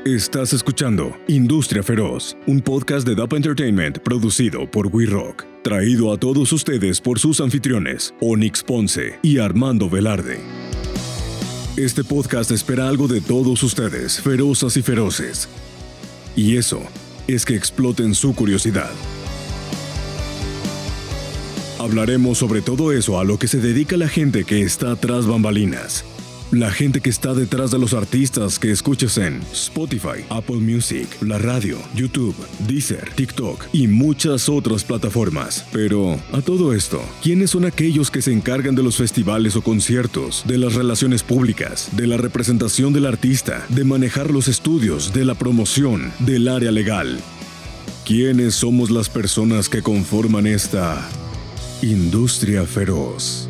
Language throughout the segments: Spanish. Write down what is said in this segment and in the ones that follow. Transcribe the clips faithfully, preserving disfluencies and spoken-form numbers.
Estás escuchando Industria Feroz, un podcast de Dapa Entertainment producido por We Rock. Traído a todos ustedes por sus anfitriones, Onyx Ponce y Armando Velarde. Este podcast espera algo de todos ustedes, ferozas y feroces. Y eso es que exploten su curiosidad. Hablaremos sobre todo eso a lo que se dedica la gente que está tras bambalinas. La gente que está detrás de los artistas que escuchas en Spotify, Apple Music, la radio, YouTube, Deezer, TikTok y muchas otras plataformas. Pero, a todo esto, ¿quiénes son aquellos que se encargan de los festivales o conciertos, de las relaciones públicas, de la representación del artista, de manejar los estudios, de la promoción, del área legal? ¿Quiénes somos las personas que conforman esta industria feroz?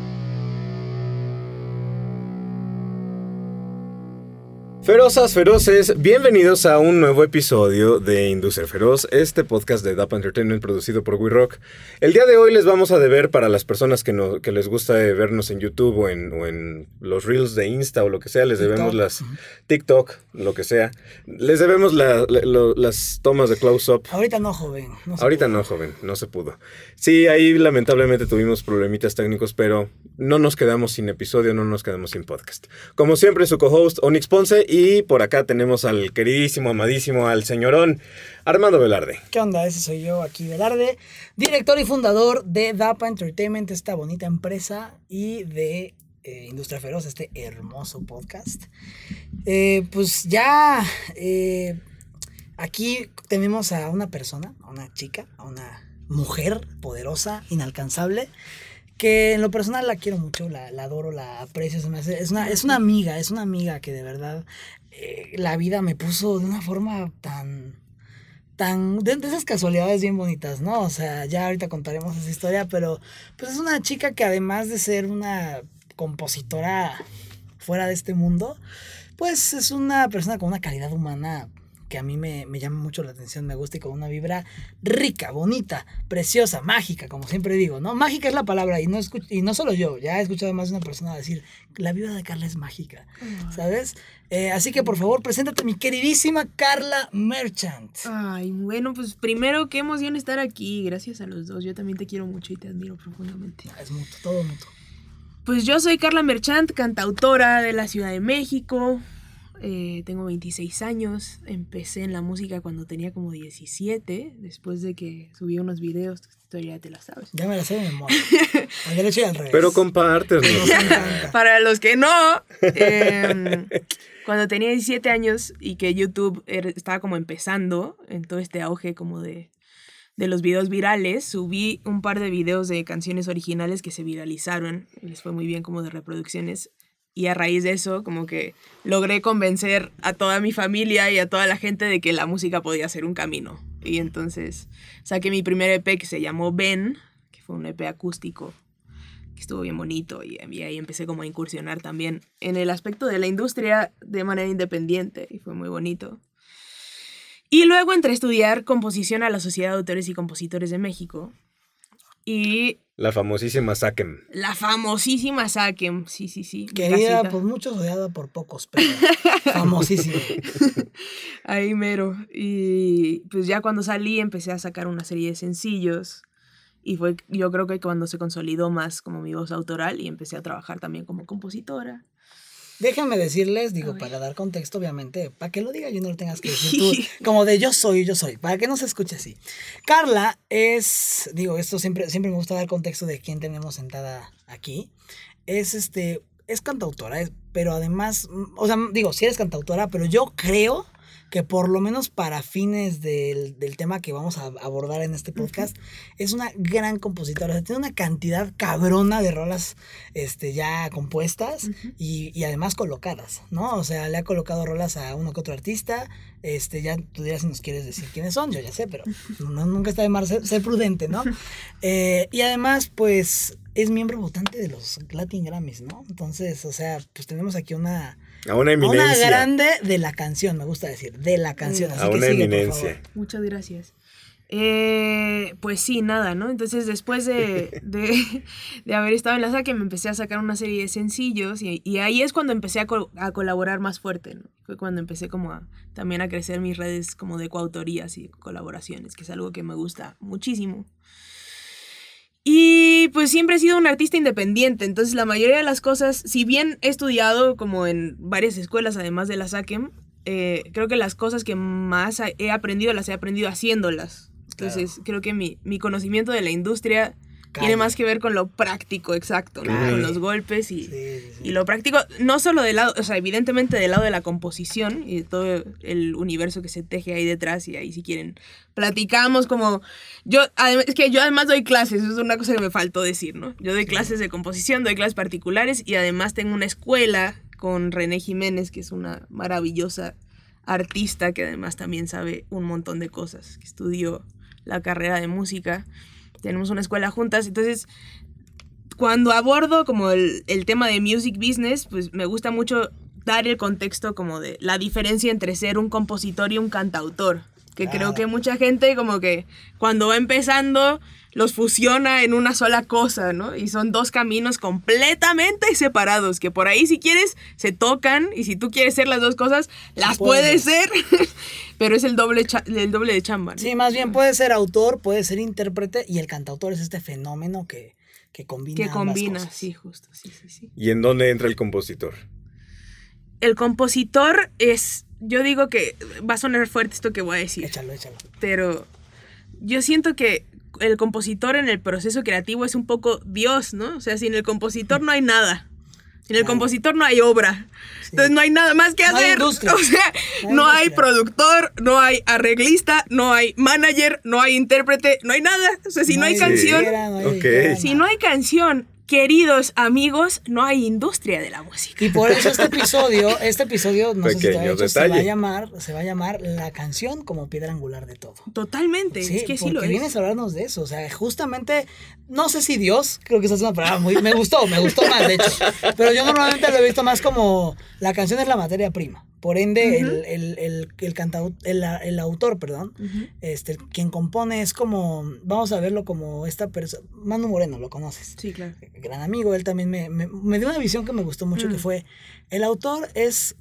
Ferozas, feroces, bienvenidos a un nuevo episodio de Industria Feroz, este podcast de Dapa Entertainment producido por We Rock. El día de hoy les vamos a deber, para las personas que, no, que les gusta vernos en YouTube o en, o en los Reels de Insta o lo que sea, les debemos TikTok. las TikTok, lo que sea, les debemos la, la, la, las tomas de close-up. Ahorita no, joven. No Ahorita pudo. no, joven, no se pudo. Sí, ahí lamentablemente tuvimos problemitas técnicos, pero no nos quedamos sin episodio, no nos quedamos sin podcast. Como siempre, su co-host, Onyx Ponce. Y por acá tenemos al queridísimo, amadísimo, al señorón Armando Velarde. ¿Qué onda? Ese soy yo aquí, Velarde, director y fundador de Dapa Entertainment, esta bonita empresa, y de eh, Industria Feroz, este hermoso podcast. Eh, pues ya eh, aquí tenemos a una persona, a una chica, a una mujer poderosa, inalcanzable, que en lo personal la quiero mucho, la, la adoro, la aprecio, se me hace, es, una, es una amiga, es una amiga que de verdad eh, la vida me puso de una forma tan, tan, de, de esas casualidades bien bonitas, ¿no? O sea, ya ahorita contaremos esa historia, pero pues es una chica que además de ser una compositora fuera de este mundo, pues es una persona con una calidad humana que a mí me, me llama mucho la atención, me gusta, y con una vibra rica, bonita, preciosa, mágica, como siempre digo, ¿no? Mágica es la palabra, y no, escuch- y no solo yo, ya he escuchado más de una persona decir, la vibra de Carla es mágica, ¿sabes? Eh, así que por favor, preséntate, mi queridísima Carla Merchant. Ay, bueno, pues primero, qué emoción estar aquí, gracias a los dos, yo también te quiero mucho y te admiro profundamente. Es mutuo, todo mutuo. Pues yo soy Carla Merchant, cantautora de la Ciudad de México. Eh, tengo veintiséis años, empecé en la música cuando tenía como diecisiete, después de que subí unos videos, tú ya te la sabes. Ya me la sé de memoria, al derecho y al revés. Pero compártenos. Nos encanta. Para los que no, eh, cuando tenía diecisiete años y que YouTube era, estaba como empezando en todo este auge como de, de los videos virales, subí un par de videos de canciones originales que se viralizaron, y les fue muy bien como de reproducciones. Y a raíz de eso, como que logré convencer a toda mi familia y a toda la gente de que la música podía ser un camino. Y entonces saqué mi primer E P que se llamó Ben, que fue un E P acústico, que estuvo bien bonito. Y, y ahí empecé como a incursionar también en el aspecto de la industria de manera independiente. Y fue muy bonito. Y luego entré a estudiar composición a la Sociedad de Autores y Compositores de México. Y... La famosísima Saquem. La famosísima Saquem, sí, sí, sí. Querida Casita. por muchos, odiada por pocos, pero famosísima. Ahí mero. Y pues ya cuando salí empecé a sacar una serie de sencillos. Y fue, yo creo que cuando se consolidó más como mi voz autoral y empecé a trabajar también como compositora. Déjenme decirles, digo, para dar contexto, obviamente, para que lo diga yo no lo tengas que decir tú, como de yo soy, yo soy, para que no se escuche así. Carla es, digo, esto siempre, siempre me gusta dar contexto de quién tenemos sentada aquí. Es, este, es cantautora, es, pero además, o sea, digo, sí eres cantautora, pero yo creo que por lo menos para fines del, del tema que vamos a abordar en este podcast, uh-huh. es una gran compositora. O sea, tiene una cantidad cabrona de rolas este, ya compuestas uh-huh. y, y además colocadas, ¿no? O sea, le ha colocado rolas a uno que otro artista. Este, ya tú dirás si nos quieres decir quiénes son, yo ya sé, pero no, nunca está de más ser, ser prudente, ¿no? Eh, y además, pues, es miembro votante de los Latin Grammys, ¿no? Entonces, o sea, pues tenemos aquí una... A una eminencia. Una grande de la canción, me gusta decir, de la canción. Así a que una sigue, eminencia. por favor. Muchas gracias. Eh, pues sí, nada, ¿no? Entonces después de, de, de haber estado en la SACEM me empecé a sacar una serie de sencillos y, y ahí es cuando empecé a, col- a colaborar más fuerte, ¿no? Fue cuando empecé como a, también a crecer mis redes como de coautorías y colaboraciones, que es algo que me gusta muchísimo. Y pues siempre he sido un artista independiente, entonces la mayoría de las cosas, si bien he estudiado como en varias escuelas además de la SACEM, eh, creo que las cosas que más he aprendido las he aprendido haciéndolas. Entonces claro. creo que mi, mi conocimiento de la industria Calle. tiene más que ver con lo práctico, exacto, ¿no? Con los golpes y, sí, sí, sí. y lo práctico, no solo del lado, o sea, evidentemente del lado de la composición y de todo el universo que se teje ahí detrás, y ahí si quieren platicamos como, yo, es que yo además doy clases, eso es una cosa que me faltó decir, ¿no? Yo doy sí. clases de composición, doy clases particulares y además tengo una escuela con René Jiménez, que es una maravillosa artista que además también sabe un montón de cosas, que estudió la carrera de música. Tenemos una escuela juntas, entonces cuando abordo como el, el tema de music business, pues me gusta mucho dar el contexto como de la diferencia entre ser un compositor y un cantautor, que claro. creo que mucha gente como que cuando va empezando los fusiona en una sola cosa, ¿no? Y son dos caminos completamente separados, que por ahí si quieres se tocan, y si tú quieres ser las dos cosas, las puedes ser, pero es el doble, cha- el doble de chamba, ¿no? Sí, más bien puede ser autor, puede ser intérprete, y el cantautor es este fenómeno que, que combina Que ambas combina, cosas. sí, justo, sí, sí, sí. ¿Y en dónde entra el compositor? El compositor es, yo digo que va a sonar fuerte esto que voy a decir. Échalo, échalo. Pero yo siento que el compositor en el proceso creativo es un poco Dios, ¿no? O sea, sin el compositor no hay nada. Sin el claro. compositor no hay obra. Sí. Entonces no hay nada más que hacer. No hay industria. O sea, no, hay, no hay productor, no hay arreglista, no hay manager, no hay intérprete, no hay nada. O sea, si no, no hay, hay canción, idea, no hay okay. idea, si no hay canción, queridos amigos, no hay industria de la música. Y por eso este episodio, este episodio, no sé si te había dicho, se va a llamar, se va a llamar La canción como piedra angular de todo. Totalmente, sí, es que sí porque lo es. vienes a hablarnos de eso, o sea, justamente, no sé si Dios, creo que esa es una palabra muy, me gustó, me gustó más, de hecho, pero yo normalmente lo he visto más como, la canción es la materia prima. Por ende, uh-huh. el, el, el, el, cantau- el, el autor, perdón, uh-huh. este, quien compone es como, vamos a verlo como esta persona, Manu Moreno, ¿lo conoces? Sí, claro. Gran amigo, él también me, me, me dio una visión que me gustó mucho, uh-huh. que fue, el autor es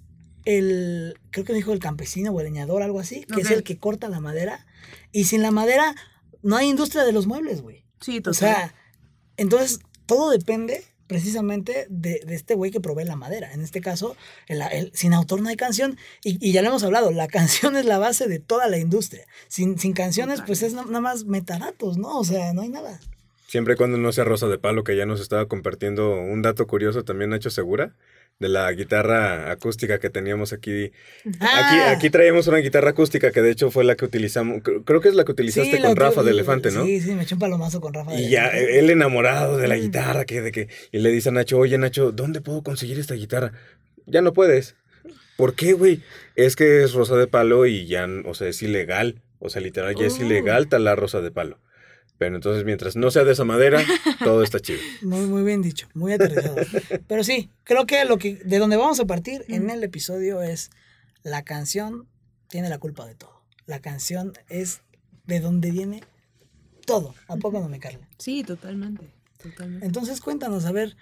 el, creo que dijo el campesino o el leñador, algo así, que okay. es el que corta la madera, y sin la madera no hay industria de los muebles, güey. Sí, total. O sea, entonces, todo depende precisamente de, de este güey que provee la madera. En este caso, el, el, sin autor no hay canción. Y, y ya lo hemos hablado, la canción es la base de toda la industria. Sin, sin canciones, total. Pues es nada más metadatos, ¿no? O sea, no hay nada. Siempre y cuando no sea Rosa de Palo, que ya nos estaba compartiendo un dato curioso también Nacho Segura, de la guitarra acústica que teníamos aquí. Ah. Aquí, aquí traíamos una guitarra acústica que de hecho fue la que utilizamos, creo que es la que utilizaste sí, con la, Rafa y, de Elefante, ¿no? Sí, sí, me eché un palomazo con Rafa de y Elefante. Y ya, él enamorado de la guitarra, que, de que, y le dice a Nacho, oye Nacho, ¿dónde puedo conseguir esta guitarra? Ya no puedes. ¿Por qué, güey? Es que es Rosa de Palo y ya, o sea, es ilegal. O sea, literal, ya oh. es ilegal talar Rosa de Palo. Pero entonces, mientras no sea de esa madera, todo está chido. Muy, muy bien dicho, muy aterrizado. Pero sí, creo que lo que de donde vamos a partir en el episodio es la canción tiene la culpa de todo. La canción es de donde viene todo. ¿A poco no, me Carla? Sí, totalmente, totalmente. Entonces, cuéntanos, a ver,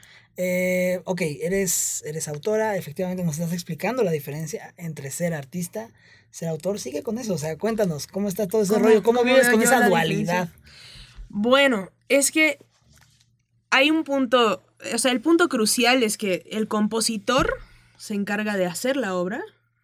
eh, ok, eres, eres autora, efectivamente nos estás explicando la diferencia entre ser artista, ser autor. Sigue con eso, o sea, cuéntanos, ¿cómo está todo ese ¿Cómo, rollo? ¿Cómo, cómo vives con esa dualidad? Diferencia? Bueno, es que hay un punto, o sea, el punto crucial es que el compositor se encarga de hacer la obra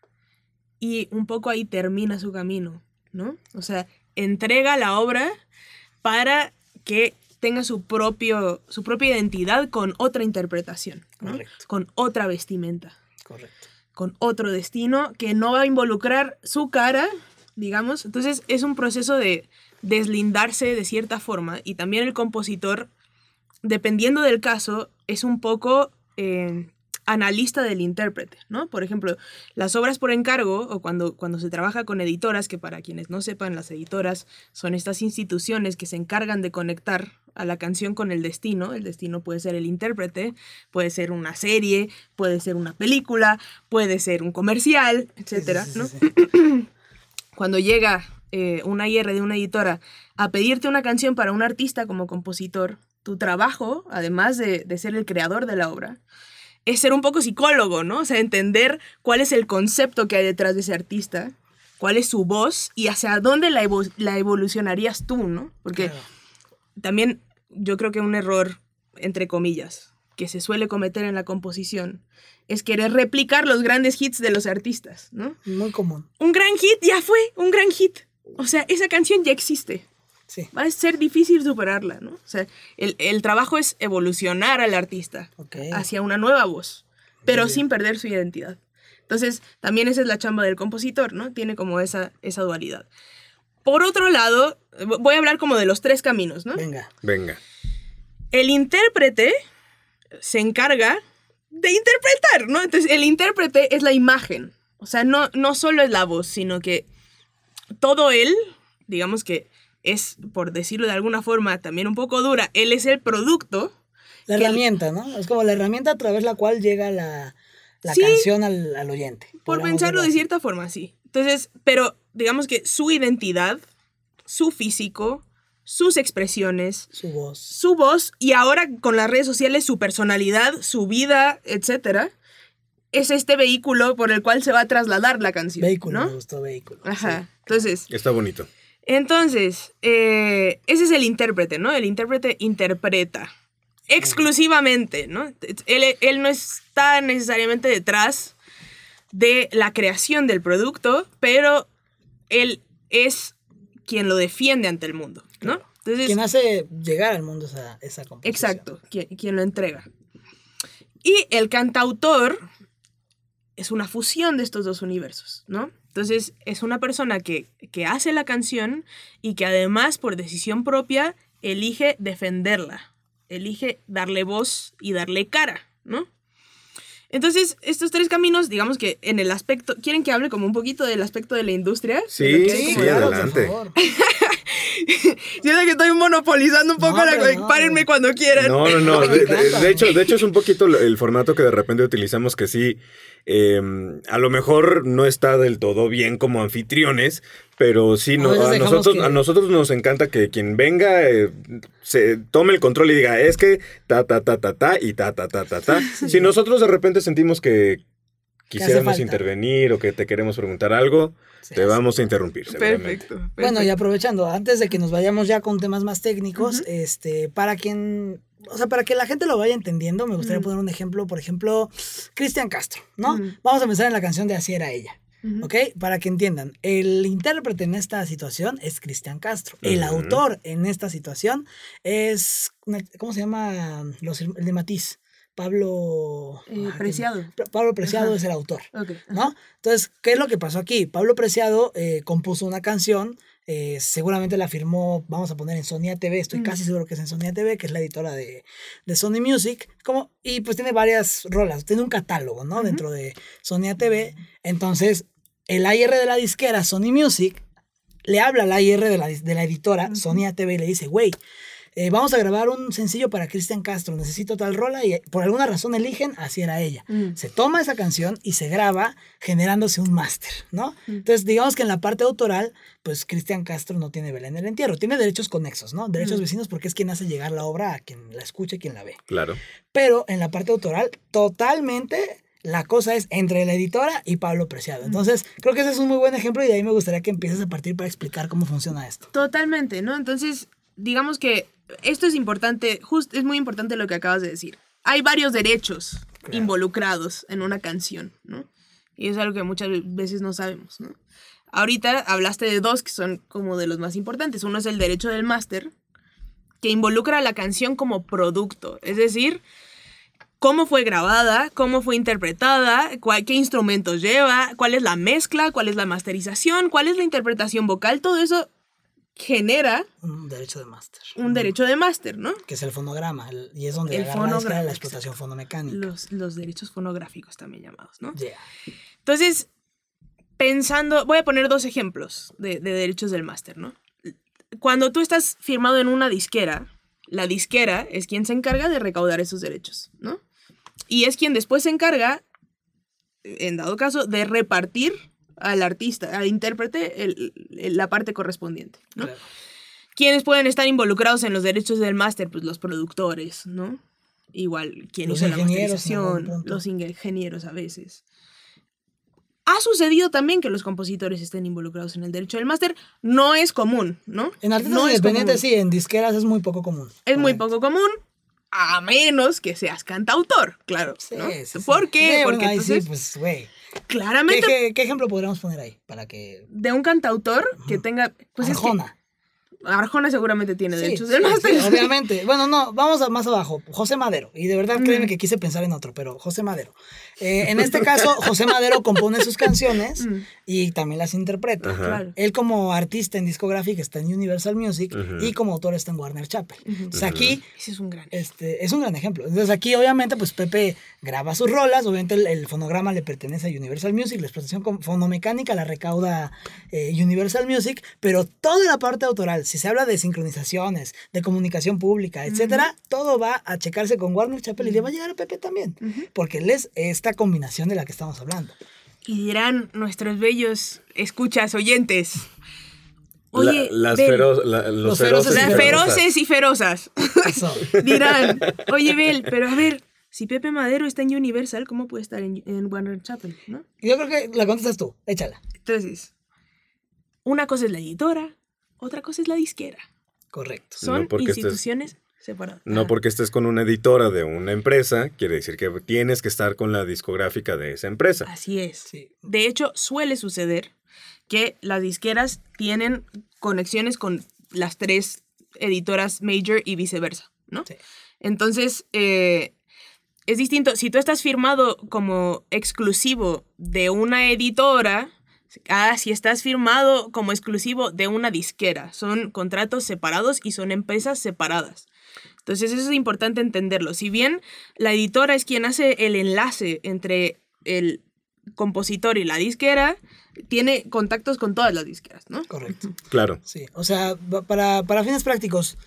y un poco ahí termina su camino, ¿no? O sea, entrega la obra para que tenga su, propio, su propia identidad con otra interpretación, ¿no? Correcto. Con otra vestimenta. Correcto. Con otro destino que no va a involucrar su cara, digamos. Entonces es un proceso de deslindarse de cierta forma, y también el compositor, dependiendo del caso, es un poco eh, analista del intérprete, ¿no? Por ejemplo, las obras por encargo, o cuando, cuando se trabaja con editoras, que para quienes no sepan, las editoras son estas instituciones que se encargan de conectar a la canción con el destino. El destino puede ser el intérprete, puede ser una serie, puede ser una película, puede ser un comercial, etcétera, sí, sí, ¿no? Sí, sí. Cuando llega eh, una I R de una editora a pedirte una canción para un artista como compositor, tu trabajo, además de, de ser el creador de la obra, es ser un poco psicólogo, ¿no? O sea, entender cuál es el concepto que hay detrás de ese artista, cuál es su voz y hacia dónde la, evo la evolucionarías tú, ¿no? Porque claro. También yo creo que un error, entre comillas, que se suele cometer en la composición es querer replicar los grandes hits de los artistas, ¿no? Muy común. Un gran hit ya fue, un gran hit. O sea, esa canción ya existe. Sí. Va a ser difícil superarla, ¿no? O sea, el, el trabajo es evolucionar al artista okay. hacia una nueva voz, pero sí. sin perder su identidad. Entonces, también esa es la chamba del compositor, ¿no? Tiene como esa, esa dualidad. Por otro lado, voy a hablar como de los tres caminos, ¿no? Venga. Venga. El intérprete se encarga de interpretar, ¿no? Entonces, el intérprete es la imagen. O sea, no, no solo es la voz, sino que todo él, digamos que es, por decirlo de alguna forma, también un poco dura, él es el producto. La herramienta, ¿no? Es como la herramienta a través de la cual llega la, la sí, canción al, al oyente. Por pensarlo de cierta forma, sí. Entonces, pero digamos que su identidad, su físico, sus expresiones, su voz, su voz y ahora con las redes sociales su personalidad, su vida, etcétera, es este vehículo por el cual se va a trasladar la canción. Vehículo, ¿no? Me gustó vehículo. Ajá. Sí. Entonces. Está bonito. Entonces, eh, ese es el intérprete, ¿no? El intérprete interpreta exclusivamente, ¿no? Él, él no está necesariamente detrás de la creación del producto, pero él es quien lo defiende ante el mundo, ¿no? Entonces, quien hace llegar al mundo esa, esa composición. Exacto, quien, quien lo entrega. Y el cantautor es una fusión de estos dos universos, ¿no? Entonces, es una persona que, que hace la canción y que además, por decisión propia, elige defenderla, elige darle voz y darle cara, ¿no? Entonces, estos tres caminos, digamos que en el aspecto... ¿Quieren que hable como un poquito del aspecto de la industria? Sí, sí, sí, adelante. Siento que estoy monopolizando un poco, no, la... no, párenme cuando quieran. No, no, no. De, de, de, hecho, de hecho, es un poquito el formato que de repente utilizamos que sí, eh, a lo mejor no está del todo bien como anfitriones, pero sí, no, a, nosotros, que... a nosotros nos encanta que quien venga eh, se tome el control y diga, es que ta, ta, ta, ta, ta, y ta, ta, ta, ta, ta. Sí. Si nosotros de repente sentimos que quisiéramos intervenir o que te queremos preguntar algo, sí, te vamos a interrumpir. Perfecto, perfecto. Bueno, y aprovechando, antes de que nos vayamos ya con temas más técnicos, uh-huh. este, para quien, o sea, para que la gente lo vaya entendiendo, me gustaría uh-huh. poner un ejemplo, por ejemplo, Cristian Castro, ¿no? Uh-huh. Vamos a pensar en la canción de Así era ella. Uh-huh. ¿Ok? Para que entiendan, el intérprete en esta situación es Cristian Castro. Uh-huh. El autor en esta situación es, ¿cómo se llama? Los, el de Matiz. Pablo... Eh, Preciado. Pablo Preciado Ajá. es el autor, okay. ¿no? Entonces, ¿qué es lo que pasó aquí? Pablo Preciado eh, compuso una canción, eh, seguramente la firmó, vamos a poner en Sonia T V, estoy mm. casi seguro que es en Sonia T V, que es la editora de, de Sony Music, como, y pues tiene varias rolas, tiene un catálogo, ¿no? Uh-huh. Dentro de Sonia T V. Entonces, el A R de la disquera, Sony Music, le habla al A R de la, de la editora, uh-huh. Sonia T V, y le dice, güey, Eh, vamos a grabar un sencillo para Cristian Castro, necesito tal rola, y por alguna razón eligen Así era ella. Mm. Se toma esa canción y se graba generándose un máster, ¿no? Mm. Entonces, digamos que en la parte autoral, pues Cristian Castro no tiene vela en el entierro, tiene derechos conexos, ¿no? Derechos mm. vecinos porque es quien hace llegar la obra a quien la escucha y quien la ve. Claro. Pero en la parte autoral, totalmente... La cosa es entre la editora y Pablo Preciado. Entonces, creo que ese es un muy buen ejemplo y de ahí me gustaría que empieces a partir para explicar cómo funciona esto. Totalmente, ¿no? Entonces, digamos que esto es importante, just, es muy importante lo que acabas de decir. Hay varios derechos claro. involucrados en una canción, ¿no? Y es algo que muchas veces no sabemos, ¿no? Ahorita hablaste de dos que son como de los más importantes. Uno es el derecho del máster, que involucra a la canción como producto. Es decir, cómo fue grabada, cómo fue interpretada, cuál, qué instrumentos lleva, cuál es la mezcla, cuál es la masterización, cuál es la interpretación vocal. Todo eso genera un derecho de máster. Un derecho de máster, ¿no? Que es el fonograma, el, y es donde el agarra la explotación fonomecánica. Los, los derechos fonográficos también llamados, ¿no? Yeah. Entonces, pensando, voy a poner dos ejemplos de, de derechos del máster, ¿no? Cuando tú estás firmado en una disquera, la disquera es quien se encarga de recaudar esos derechos, ¿no? Y es quien después se encarga, en dado caso, de repartir al artista, al intérprete, el, el, la parte correspondiente, ¿no? Claro. ¿Quiénes pueden estar involucrados en los derechos del máster? Pues los productores, ¿no? Igual, ¿quién Los hizo la ingenieros en algún masterización? punto. Los ingenieros a veces. Ha sucedido también que los compositores estén involucrados en el derecho del máster. No es común, ¿no? En artistas no independientes es sí, en disqueras es muy poco común. Es muy Correcto. poco común, a menos que seas cantautor, claro. Sí, ¿no? sí, sí. ¿Por qué? Sí, Porque bueno, ahí entonces, sí, pues, güey. ¿Qué, claramente, qué, ¿Qué ejemplo podríamos poner ahí? Para que... de un cantautor que tenga... Pues Arjona. Es que Arjona seguramente tiene Sí, derechos sí, del máster. sí, obviamente. Bueno, no, vamos a más abajo. José Madero. Y de verdad, créeme que quise pensar en otro, pero José Madero. Eh, en este caso, José Madero compone sus canciones Mm. y también las interpreta. Ajá. Claro. Él como artista en discográfica está en Universal Music Ujú. y como autor está en Warner Chappell. Ujú. Entonces aquí Ese es un gran... este, es un gran ejemplo. Entonces aquí obviamente pues Pepe graba sus rolas, obviamente el, el fonograma le pertenece a Universal Music, la explotación con- fonomecánica la recauda eh, Universal Music, pero toda la parte autoral, si se habla de sincronizaciones, de comunicación pública, etcétera, todo va a checarse con Warner Chappell y le va a llegar a Pepe también, porque él es esta combinación de la que estamos hablando. Y dirán nuestros bellos escuchas, oyentes. Oye, La- las Bel, fero- la- los, Los feroces, feroces y las y ferozas. feroces y ferozas. Eso. Dirán, oye, Bel, pero a ver, si Pepe Madero está en Universal, ¿cómo puede estar en, en Warner Chappell, no? Yo creo que la contestas tú, échala. Entonces, una cosa es la editora, otra cosa es la disquera. Correcto. Son No porque estés- instituciones separadas. No porque estés con una editora de una empresa, quiere decir que tienes que estar con la discográfica de esa empresa. Así es. Sí. De hecho, suele suceder que las disqueras tienen conexiones con las tres editoras major y viceversa, ¿no? Sí. Entonces, eh, es distinto. Si tú estás firmado como exclusivo de una editora, ah, si estás firmado como exclusivo de una disquera. Son contratos separados y son empresas separadas. Entonces, eso es importante entenderlo. Si bien la editora es quien hace el enlace entre el compositor y la disquera, tiene contactos con todas las disqueras, ¿no? Correcto. Claro. Sí, o sea, pa- para, para fines prácticos,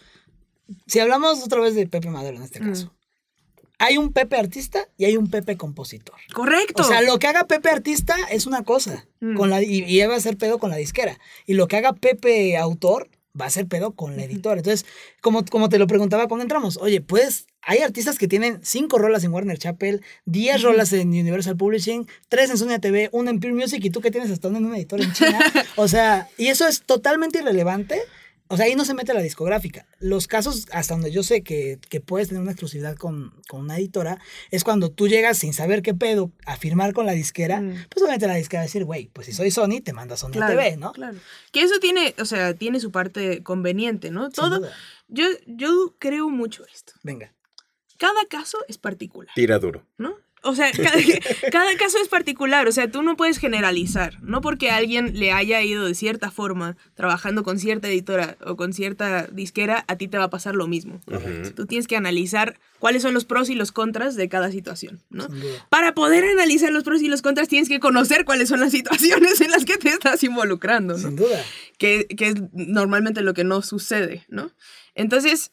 si hablamos otra vez de Pepe Madero en este Mm. caso, hay un Pepe artista y hay un Pepe compositor. Correcto. O sea, lo que haga Pepe artista es una cosa, Mm. con la, y, y va a ser pedo con la disquera. Y lo que haga Pepe autor va a ser pedo con la editora. Entonces, como, como te lo preguntaba cuando entramos, oye, pues hay artistas que tienen cinco rolas en Warner Chappell, diez rolas en Universal Publishing, tres en Sonia T V, una en Pure Music y tú que tienes hasta una en una editora en China. O sea, y eso es totalmente irrelevante. O sea, ahí no se mete la discográfica. Los casos, hasta donde yo sé que, que puedes tener una exclusividad con, con una editora, es cuando tú llegas sin saber qué pedo a firmar con la disquera, Mm. pues obviamente la disquera va a decir, güey, pues si soy Sony, te manda Sony Claro, T V, ¿no? claro. Que eso tiene, o sea, tiene su parte conveniente, ¿no? Sin Todo. duda. Yo, yo creo mucho esto. Venga. Cada caso es particular, Tira duro. ¿no? O sea, cada, cada caso es particular, o sea, tú no puedes generalizar, no porque a alguien le haya ido de cierta forma trabajando con cierta editora o con cierta disquera, a ti te va a pasar lo mismo. Ujú. Tú tienes que analizar cuáles son los pros y los contras de cada situación, ¿no? Sin duda. Para poder analizar los pros y los contras tienes que conocer cuáles son las situaciones en las que te estás involucrando, ¿no? Sin duda. que, que es normalmente lo que no sucede, ¿no? Entonces,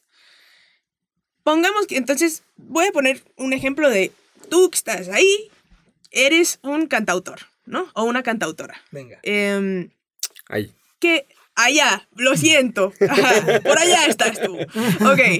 pongamos que, entonces, voy a poner un ejemplo de tú que estás ahí, eres un cantautor, ¿no? O una cantautora. Venga. Em, Ay. que allá, lo siento, ajá, por allá estás tú. Ok.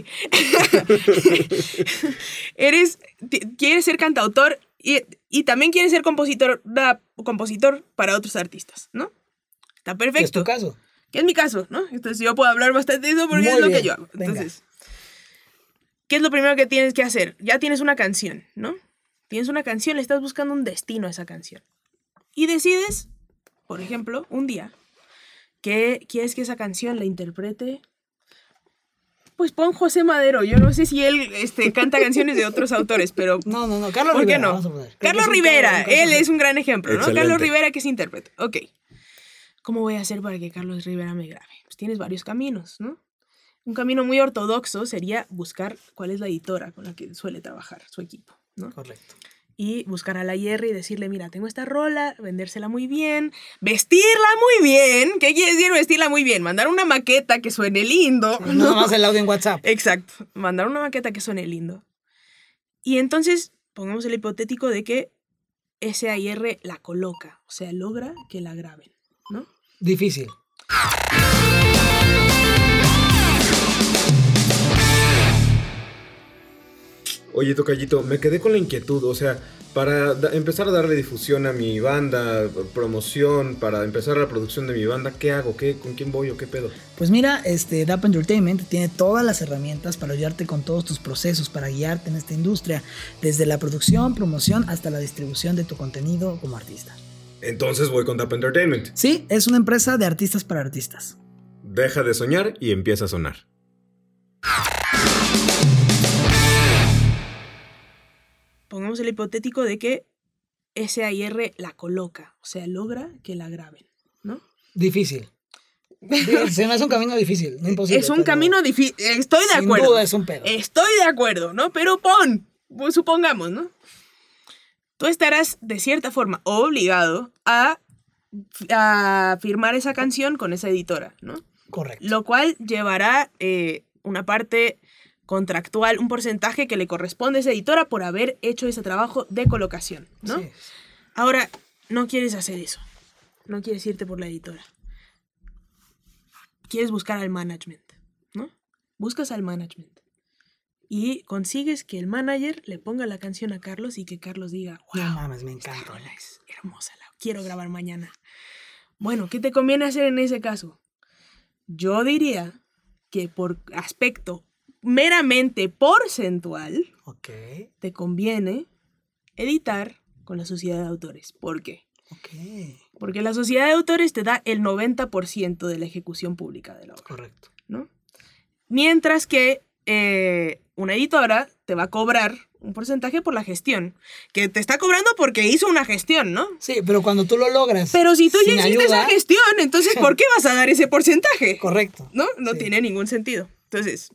Eres, ti- quieres ser cantautor y, y también quieres ser compositor, da- compositor para otros artistas, ¿no? Está ¿Qué es perfecto. tu caso? Que es mi caso, ¿no? Entonces yo puedo hablar bastante de eso porque Muy es lo bien, que yo hago. venga. Entonces, ¿qué es lo primero que tienes que hacer? Ya tienes una canción, ¿no? Tienes una canción, le estás buscando un destino a esa canción. Y decides, por ejemplo, un día, que quieres que esa canción la interprete. Pues pon José Madero. Yo no sé si él este, canta canciones de otros autores, pero No, no, no. Carlos ¿por qué Rivera. no? Vamos a poner. Creo que Carlos es un Rivera, cabrón, él cosa es un gran ejemplo, ¿no? Excelente. Carlos Rivera, que es intérprete. Ok. ¿Cómo voy a hacer para que Carlos Rivera me grabe? Pues tienes varios caminos, ¿no? Un camino muy ortodoxo sería buscar cuál es la editora con la que suele trabajar su equipo, ¿no? Correcto. Y buscar a la Jerry y decirle, mira, tengo esta rola, vendérsela muy bien, vestirla muy bien. ¿Qué quiere decir vestirla muy bien? Mandar una maqueta que suene lindo. Sí, nada más el audio en WhatsApp. Exacto, mandar una maqueta que suene lindo. Y entonces, pongamos el hipotético de que S A I R la coloca, o sea, logra que la graben, ¿no? Difícil. Oye, tocallito, me quedé con la inquietud, o sea, para da- empezar a darle difusión a mi banda, promoción, para empezar la producción de mi banda, ¿qué hago? ¿Qué, ¿Con quién voy o qué pedo? Pues mira, este, D A P Entertainment tiene todas las herramientas para ayudarte con todos tus procesos, para guiarte en esta industria, desde la producción, promoción, hasta la distribución de tu contenido como artista. Entonces voy con D A P Entertainment. Sí, es una empresa de artistas para artistas. Deja de soñar y empieza a sonar. Pongamos el hipotético de que S A I R la coloca, o sea, logra que la graben, ¿no? Difícil. Se me hace un camino difícil, no imposible. Es un pero camino difícil, estoy de sin acuerdo. duda es un pedo. Estoy de acuerdo, ¿no? Pero pon, pues supongamos, ¿no? Tú estarás de cierta forma obligado a, a firmar esa canción con esa editora, ¿no? Correcto. Lo cual llevará eh, una parte contractual, un porcentaje que le corresponde a esa editora por haber hecho ese trabajo de colocación, ¿no? Sí. Ahora, no quieres hacer eso. No quieres irte por la editora. Quieres buscar al management, ¿no? Buscas al management. Y consigues que el manager le ponga la canción a Carlos y que Carlos diga, wow, No mames, me esta encanta. rola es hermosa, la quiero grabar mañana. Bueno, ¿qué te conviene hacer en ese caso? Yo diría que por aspecto meramente porcentual, Ok, te conviene editar con la sociedad de autores. ¿Por qué? ok, Porque la sociedad de autores te da el noventa por ciento de la ejecución pública de la obra, correcto. ¿no? Mientras que eh, una editora te va a cobrar un porcentaje por la gestión, que te está cobrando porque hizo una gestión, ¿no? Sí, pero cuando tú lo logras. Pero si tú ya sin hiciste ayuda, esa gestión, entonces ¿por qué vas a dar ese porcentaje? Correcto. ¿No? No Sí. tiene ningún sentido. Entonces,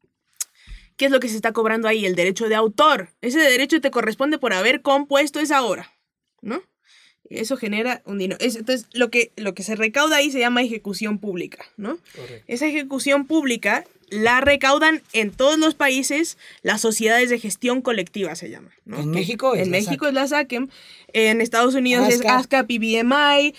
¿qué es lo que se está cobrando ahí? El derecho de autor. Ese derecho te corresponde por haber compuesto esa obra, ¿no? Eso genera un dinero. Es- Entonces, lo que, lo que se recauda ahí se llama ejecución pública, ¿no? Correcto. Esa ejecución pública la recaudan en todos los países las sociedades de gestión colectiva, se llama, ¿no? En Que México es En la México SACEM. es la SACEM, en Estados Unidos es ASCAP. ASCAP y B M I,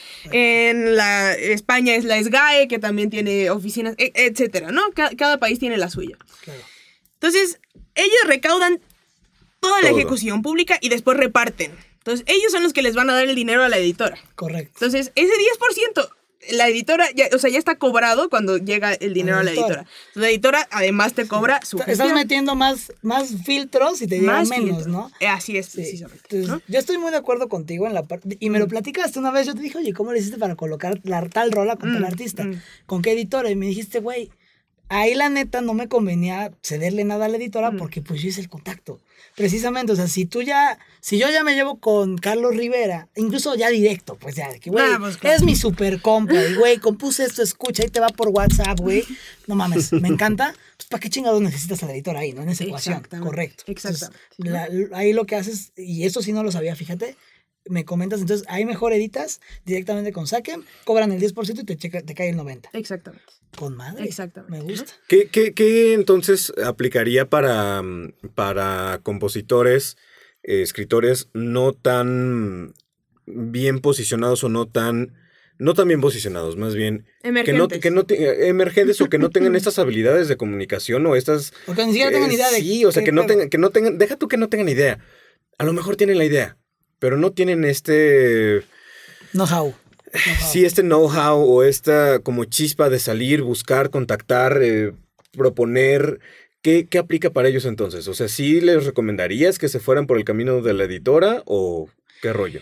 en la España es la SGAE, que también tiene oficinas, e- etcétera, ¿no? Ca- cada país tiene la suya. Claro. Entonces, ellos recaudan toda la Todo. ejecución pública y después reparten. Entonces, ellos son los que les van a dar el dinero a la editora. Correcto. Entonces, ese diez por ciento, la editora, ya, o sea, ya está cobrado cuando llega el dinero a la editora. editora. Entonces, la editora además te cobra su Estás gestión. metiendo más, más filtros y te llegan Más menos, filtros. ¿no? Eh, Así es, Sí. precisamente. Entonces, ¿no? yo estoy muy de acuerdo contigo en la parte. Y me lo platicaste una vez. Yo te dije, oye, ¿cómo le hiciste para colocar la, tal rola con tal Mm, artista? mm. ¿Con qué editora? Y me dijiste, güey, ahí la neta no me convenía cederle nada a la editora Mm. porque pues yo hice el contacto. Precisamente, o sea, si tú ya, si yo ya me llevo con Carlos Rivera, incluso ya directo, pues ya, de que, güey, Ah, pues, claro. es mi super compa, y güey, compuse esto, escucha, ahí te va por WhatsApp, güey. No mames, me encanta. Pues, ¿para qué chingados necesitas a la editora ahí, no? En esa ecuación. Exactamente, Correcto. Entonces, exactamente. la- ahí lo que haces, y esto sí no lo sabía, fíjate, me comentas, entonces ahí mejor editas directamente con Sakem, cobran el diez por ciento y te, checa, te cae el noventa por ciento. Exactamente. Con madre. Exactamente. Me gusta. ¿Qué, qué, qué entonces aplicaría para, mm, para compositores, eh, escritores no tan bien posicionados o no tan, no tan bien posicionados, más bien que no, Emergentes. que no te- eh, emergentes o que no tengan estas habilidades de comunicación o estas... Porque ni siquiera tengo eh, ni idea de Sí, o sea, qué que no, pedo. tengan, que no tengan, deja tú que no tengan idea. A lo mejor tienen la idea, pero no tienen este... Know-how. Sí, este know-how o esta como chispa de salir, buscar, contactar, eh, proponer. ¿Qué, ¿Qué aplica para ellos entonces? O sea, ¿sí les recomendarías que se fueran por el camino de la editora o qué rollo?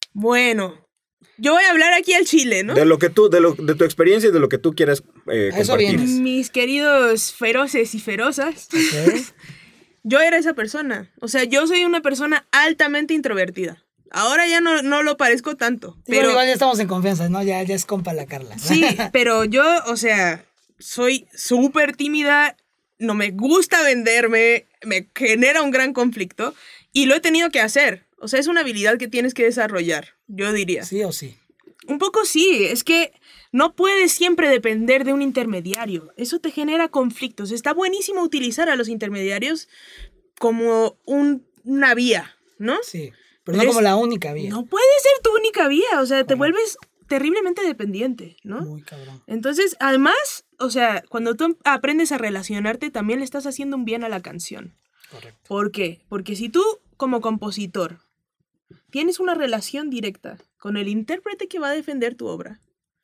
Bueno, yo voy a hablar aquí al chile, ¿no? De lo que tú, de, lo, de tu experiencia y de lo que tú quieras eh, A eso compartir. vienes. Mis queridos feroces y ferozas, Ok. yo era esa persona. O sea, yo soy una persona altamente introvertida. Ahora ya no, no lo parezco tanto. Pero Pero igual ya estamos en confianza, ¿no? Ya, ya es compa la Carla. sí, pero yo, o sea, soy súper tímida, no me gusta venderme, me genera un gran conflicto y lo he tenido que hacer. O sea, es una habilidad que tienes que desarrollar, yo diría. Sí o sí. Un poco sí, es que no puedes siempre depender de un intermediario. Eso te genera conflictos. Está buenísimo utilizar a los intermediarios como un, una vía, ¿no? Sí. Pero no como la única vía. No puede ser tu única vía, o sea, te vuelves terriblemente dependiente, ¿no? Muy cabrón. Entonces, además, o sea, cuando tú aprendes a relacionarte, también le estás haciendo un bien a la canción. Correcto. ¿Por qué? Porque si tú, como compositor, tienes una relación directa con el intérprete que va a defender tu obra,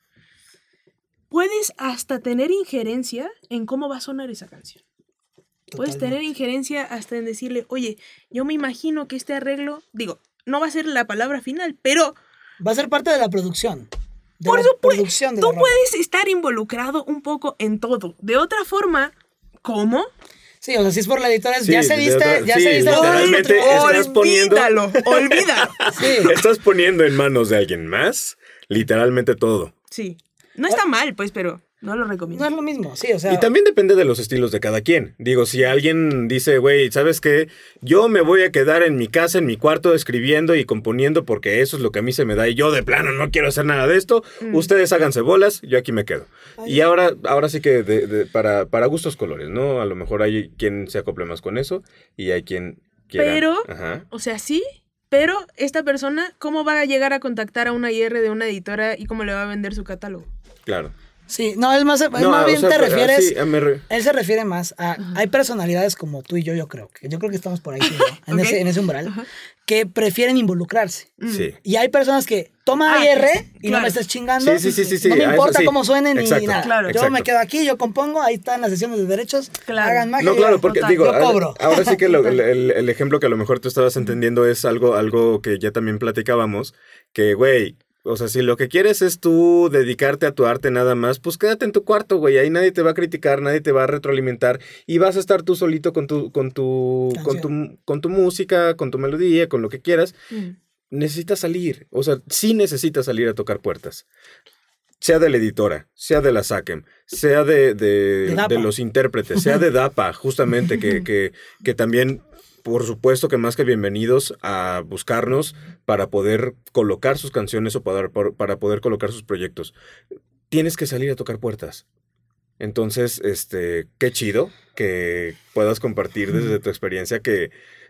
puedes hasta tener injerencia en cómo va a sonar esa canción. Puedes Totalmente. tener injerencia hasta en decirle, oye, yo me imagino que este arreglo, digo, no va a ser la palabra final, pero Va a ser parte de la producción. De por la supuesto, producción de tú la rola. puedes estar involucrado un poco en todo. De otra forma, ¿cómo? Sí, o sea, si es por la editora, Sí, ya se de diste, otra- ya sí, se diste. literalmente estás poniendo- Olvídalo, olvídalo. Sí. Estás poniendo en manos de alguien más literalmente todo. Sí, no está mal, pues, pero no lo recomiendo. No es lo mismo, sí, o sea. Y también depende de los estilos de cada quien. Digo, si alguien dice, güey, ¿sabes qué? Yo me voy a quedar en mi casa, en mi cuarto, escribiendo y componiendo porque eso es lo que a mí se me da y yo de plano no quiero hacer nada de esto, Mm. ustedes háganse bolas, yo aquí me quedo. Y ahora, ahora sí que de- de- para, para gustos colores, ¿no? A lo mejor hay quien se acople más con eso y hay quien quiera... Pero, Ajá. o sea, sí, pero esta persona, ¿cómo va a llegar a contactar a una I R de una editora y cómo le va a vender su catálogo? Claro. Sí, no, es más, es No, más o bien sea, te pero, refieres. sí, a me re- Él se refiere más a. Hay personalidades como tú y yo, yo creo. Que yo creo que estamos por ahí, sí, ¿no? en, Ok. ese, en ese umbral. Que prefieren involucrarse. Sí. Y hay personas que toma Ah, I R que sí, y no claro. me estés chingando. Sí, sí, sí, sí, sí, No me a eso importa sí. cómo suenen Exacto, ni nada. claro. Yo exacto. me quedo aquí, yo compongo, ahí están las sesiones de derechos. Claro. Hagan magia. No, claro, ya. porque Total. digo, Yo a- cobro. ahora sí que lo- el, el- el ejemplo que a lo mejor tú estabas entendiendo es algo, algo que ya también platicábamos, que, güey, o sea, si lo que quieres es tú dedicarte a tu arte nada más, pues quédate en tu cuarto, güey, ahí nadie te va a criticar, nadie te va a retroalimentar y vas a estar tú solito con tu, con tu, con tu, con tu música, con tu melodía, con lo que quieras. Mm. Necesitas salir, o sea, sí necesitas salir a tocar puertas. Sea de la editora, sea de la SACEM, sea de, de, De DAPA. de los intérpretes, sea de DAPA, justamente, que, que, que también, por supuesto que más que bienvenidos a buscarnos para poder colocar sus canciones o para, para poder colocar sus proyectos. Tienes que salir a tocar puertas. Entonces, este, qué chido que puedas compartir desde tu experiencia que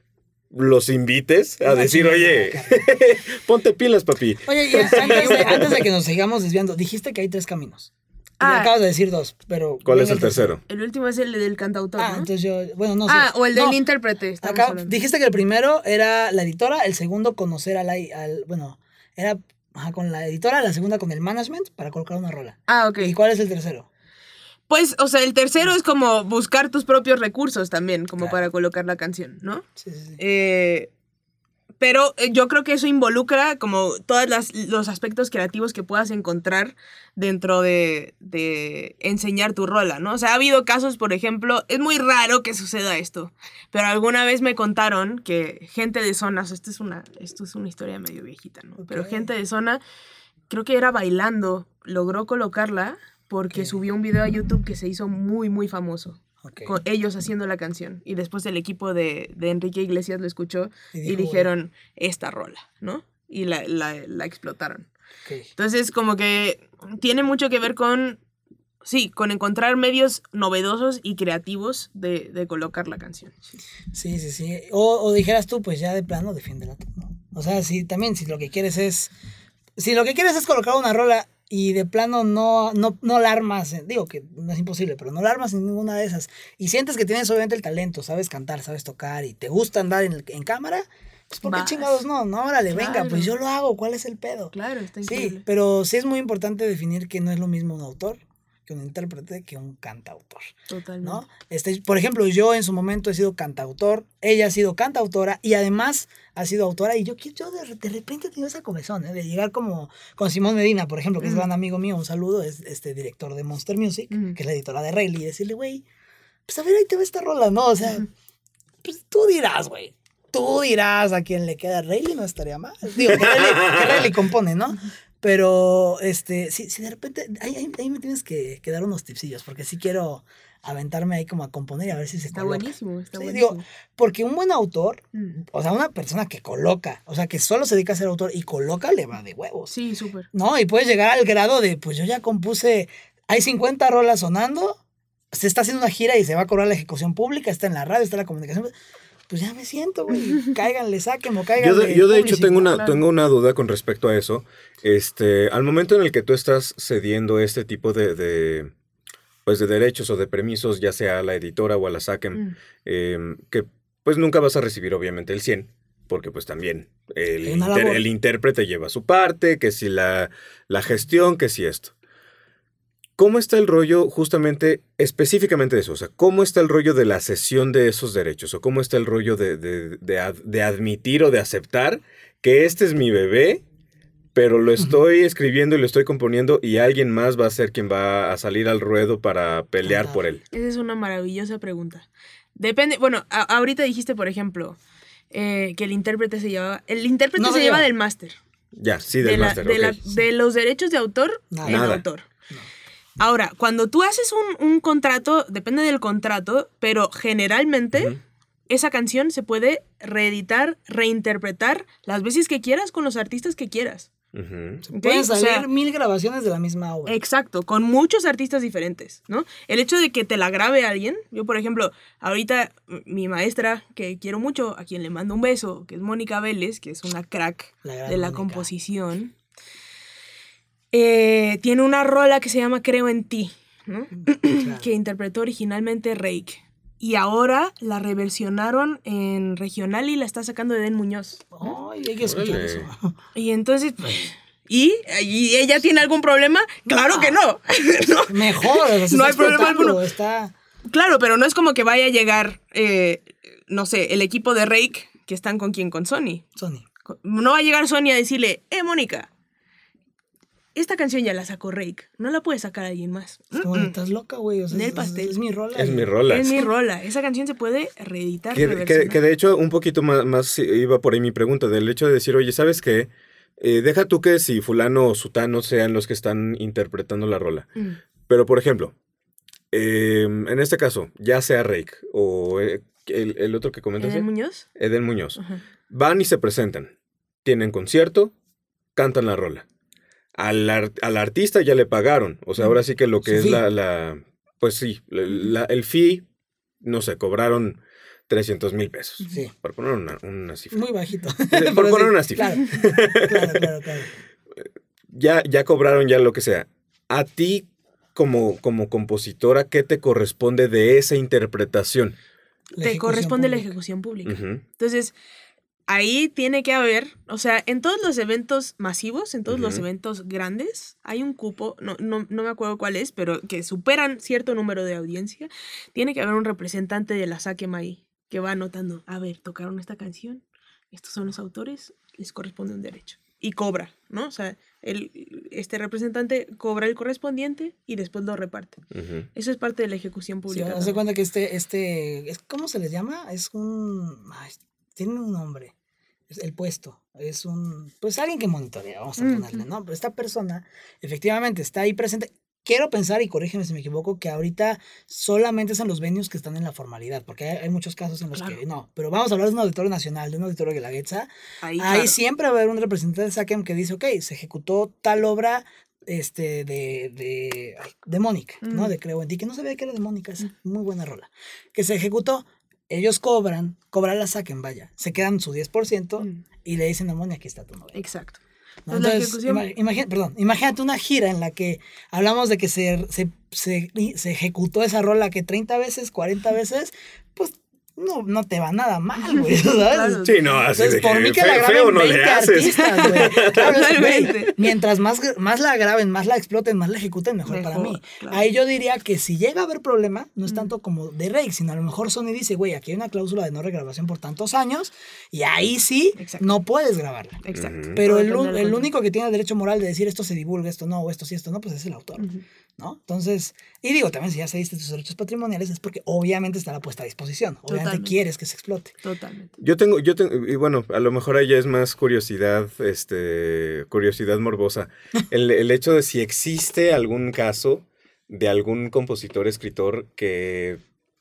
los invites a Una decir, chingada, oye, carnal. ponte pilas, papi. Oye, y antes de, antes de que nos sigamos desviando, dijiste que hay tres caminos. Y Ah. acabas de decir dos, pero. ¿Cuál venga es el tercero? El último es el del cantautor, Ah, ¿no? entonces yo. Bueno, no sé. Ah, o el del No, intérprete. estamos Acá hablando. dijiste que el primero era la editora, el segundo conocer al, al bueno, era ajá, con la editora, la segunda con el management para colocar una rola. Ah, ok. ¿Y cuál es el tercero? Pues, o sea, el tercero es como buscar tus propios recursos también, como Claro. para colocar la canción, ¿no? Sí, sí, sí. Eh, pero eh, yo creo que eso involucra como todos los aspectos creativos que puedas encontrar dentro de, de enseñar tu rola, ¿no? O sea, ha habido casos, por ejemplo, es muy raro que suceda esto, pero alguna vez me contaron que gente de zonas, esto es una, esto es una historia medio viejita, ¿no? Pero Ok. gente de zona, creo que era bailando, logró colocarla porque Ok. subió un video a YouTube que se hizo muy, muy famoso. Ok. Con ellos haciendo la canción. Y después el equipo de, de Enrique Iglesias lo escuchó Y y, dijo, dijeron, esta rola, ¿no? Y la, la, la explotaron. Ok. Entonces, como que tiene mucho que ver con, sí, con encontrar medios novedosos y creativos de, de colocar la canción. Sí. Sí, sí, sí. O, o dijeras tú, pues ya de plano, defiéndela tú, ¿no? O sea, si también, si lo que quieres es. Si lo que quieres es colocar una rola y de plano no, no, no la armas, en- digo que no es imposible, pero no la armas en ninguna de esas. Y sientes que tienes obviamente el talento, sabes cantar, sabes tocar y te gusta andar en, el- en cámara, pues ¿por qué Vas. chingados no? No, órale, venga, Claro. pues yo lo hago, ¿cuál es el pedo? Claro, está Sí, increíble. pero sí es muy importante definir que no es lo mismo un autor que un intérprete que un cantautor, Totalmente. ¿no? Este, por ejemplo, yo en su momento he sido cantautor, ella ha sido cantautora y además ha sido autora y yo, yo de, de repente he tenido esa comezón, ¿eh? De llegar como con Simón Medina, por ejemplo, que es Mm. gran amigo mío, un saludo, es este director de Monster Music, Mm. que es la editora de Rayleigh, y decirle, güey, pues a ver, ahí te va esta rola, ¿no? O sea, Ujú. pues tú dirás, güey. Tú dirás a quien le queda Rayleigh, no estaría mal. Digo, que Rayleigh, que Rayleigh compone, ¿no? Pero, este, si, si de repente, ahí, ahí, ahí me tienes que, que dar unos tipsillos, porque sí quiero aventarme ahí como a componer y a ver si se Está coloca. buenísimo, está Sí, buenísimo. digo, porque un buen autor, Mm. o sea, una persona que coloca, o sea, que solo se dedica a ser autor y coloca, le va de huevos. Sí, súper. ¿No? Y puedes llegar al grado de, pues yo ya compuse, hay cincuenta rolas sonando, se está haciendo una gira y se va a cobrar la ejecución pública, está en la radio, está en la comunicación. pues ya me siento, güey. Cáiganle, sáquenme, Yo cáiganle. de, yo de hecho publicidad. tengo una, claro. tengo una duda con respecto a eso. Este, al momento en el que tú estás cediendo este tipo de, de, pues de derechos o de permisos, ya sea a la editora o a la SACEM, Mm. eh, que pues nunca vas a recibir obviamente el cien, porque pues también el, Hay una inter- labor. el intérprete lleva su parte, que si la, la gestión, que si esto. ¿Cómo está el rollo justamente, específicamente de eso? O sea, ¿cómo está el rollo de la cesión de esos derechos? ¿O cómo está el rollo de, de, de, ad- de admitir o de aceptar que este es mi bebé, pero lo estoy escribiendo y lo estoy componiendo y alguien más va a ser quien va a salir al ruedo para pelear Cantar. por él? Esa es una maravillosa pregunta. Depende, bueno, a- ahorita dijiste, por ejemplo, eh, que el intérprete se llevaba, el intérprete No se se lleva lleva. del máster. Ya, sí, de, del la- máster, de, ok. la- de los derechos de autor, Nada. el Nada. autor. No. Ahora, cuando tú haces un, un contrato, depende del contrato, pero generalmente Ujú. esa canción se puede reeditar, reinterpretar las veces que quieras con los artistas que quieras. Ujú. ¿Ok? Pueden O salir sea, mil grabaciones de la misma obra. exacto, con muchos artistas diferentes, ¿no? El hecho de que te la grabe alguien, yo por ejemplo, ahorita m- mi maestra, que quiero mucho, a quien le mando un beso, que es Mónica Vélez, que es una crack La gran de la Mónica. composición, eh, tiene una rola que se llama Creo en ti, ¿no? Claro. Que interpretó originalmente Reik. Y ahora la reversionaron en regional y la está sacando de Den Muñoz. Ay, hay que escuchar Órale. eso. Y entonces, pues, ¿y? ¿Y ella tiene algún problema? ¡Claro que no! No. Mejor, o sea, se No está hay problema explotando, alguno. Está... Claro, pero no es como que vaya a llegar, eh, no sé, el equipo de Reik, que están con quién, con Sony. Sony. No va a llegar Sony a decirle, eh, Mónica, esta canción ya la sacó Reik, no la puede sacar alguien más. Es como, Mm-mm. estás loca, güey. O sea, Del es, pastel. es, es mi rola. Es y- mi rola. Es mi rola, esa canción se puede reeditar, Que, que- reversionar. que de hecho un poquito más, más iba por ahí mi pregunta, del hecho de decir, oye, ¿sabes qué? Eh, deja tú que si fulano o sutano sean los que están interpretando la rola. Mm. Pero, por ejemplo, eh, en este caso, ya sea Reik o eh, el, el otro que comentas, ¿Eden Muñoz? Eden Muñoz, Ajá. van y se presentan, tienen concierto, cantan la rola. Al, ar- al artista ya le pagaron, o sea, ahora sí que lo que Su es fee. la, la, pues sí, la- la- el fee, no sé, cobraron trescientos mil pesos, Sí. por poner una, una cifra. Muy bajito. Por Pero poner sí, una cifra. Claro, claro, claro, claro. Ya, ya cobraron ya lo que sea. A ti, como, como compositora, ¿qué te corresponde de esa interpretación? La Te ejecución corresponde la pública. ejecución pública. Ujú. Entonces, ahí tiene que haber, o sea, en todos los eventos masivos, en todos los Ujú. eventos grandes, hay un cupo, no, no, no me acuerdo cuál es, pero que superan cierto número de audiencia, tiene que haber un representante de la SACEM ahí, que va anotando, a ver, tocaron esta canción, estos son los autores, les corresponde un derecho. Y cobra, ¿no? O sea, el, este representante cobra el correspondiente y después lo reparte. Ujú. Eso es parte de la ejecución Sí, pública. haz de también. cuenta que este, este, es, ¿cómo se les llama? Es un, ay, tiene un nombre, es el puesto, es un, pues alguien que monitorea, vamos a Ujú. ponerle, ¿no? Pero esta persona efectivamente está ahí presente. Quiero pensar, y corrígeme si me equivoco, que ahorita solamente son los venues que están en la formalidad, porque hay, hay muchos casos en los Claro. que no, pero vamos a hablar de un auditorio nacional, de un auditorio de la Guelaguetza. Ahí, Ahí claro. siempre va a haber un representante de SACEM que dice, ok, se ejecutó tal obra este, de, de, ay, de Mónica, ¿no? Mm. De Creo en ti, que no sabía que era de Mónica, es muy buena rola. Que se ejecutó, ellos cobran, cobran la SACEM, vaya, se quedan su diez por ciento Mm. y le dicen a Mónica, aquí está tu novela. Exacto. ¿No? Entonces, la Entonces, ejecución- ima- imagina- perdón, imagínate una gira en la que hablamos de que se, se, se, se ejecutó esa rola que treinta veces, cuarenta veces, pues no, no te va nada mal, güey, ¿sabes? Claro. Sí, no, así Entonces, de que por mí que fe- la graben feo no le veinte haces. artistas, güey. Claro, es, güey, Totalmente. mientras más, más la graben, más la exploten, más la ejecuten, mejor, para Mejor, mí. claro. Ahí yo diría que si llega a haber problema, no es Mm. tanto como de Reik, sino a lo mejor Sony dice, güey, aquí hay una cláusula de no regrabación por tantos años, y ahí sí Exacto. no puedes grabarla. Exacto. Ujú. Pero Todo el, depende un- del el contrato. único que tiene derecho moral de decir esto se divulga, esto no, o esto sí, esto no, pues es el autor, Ujú. ¿no? Entonces, y digo, también si ya cediste tus derechos patrimoniales es porque obviamente está la puesta a disposición, obviamente Totalmente. quieres que se explote. Totalmente. Yo tengo, yo tengo, y bueno, a lo mejor ahí ya es más curiosidad, este, curiosidad morbosa. El, el hecho de si existe algún caso de algún compositor, escritor que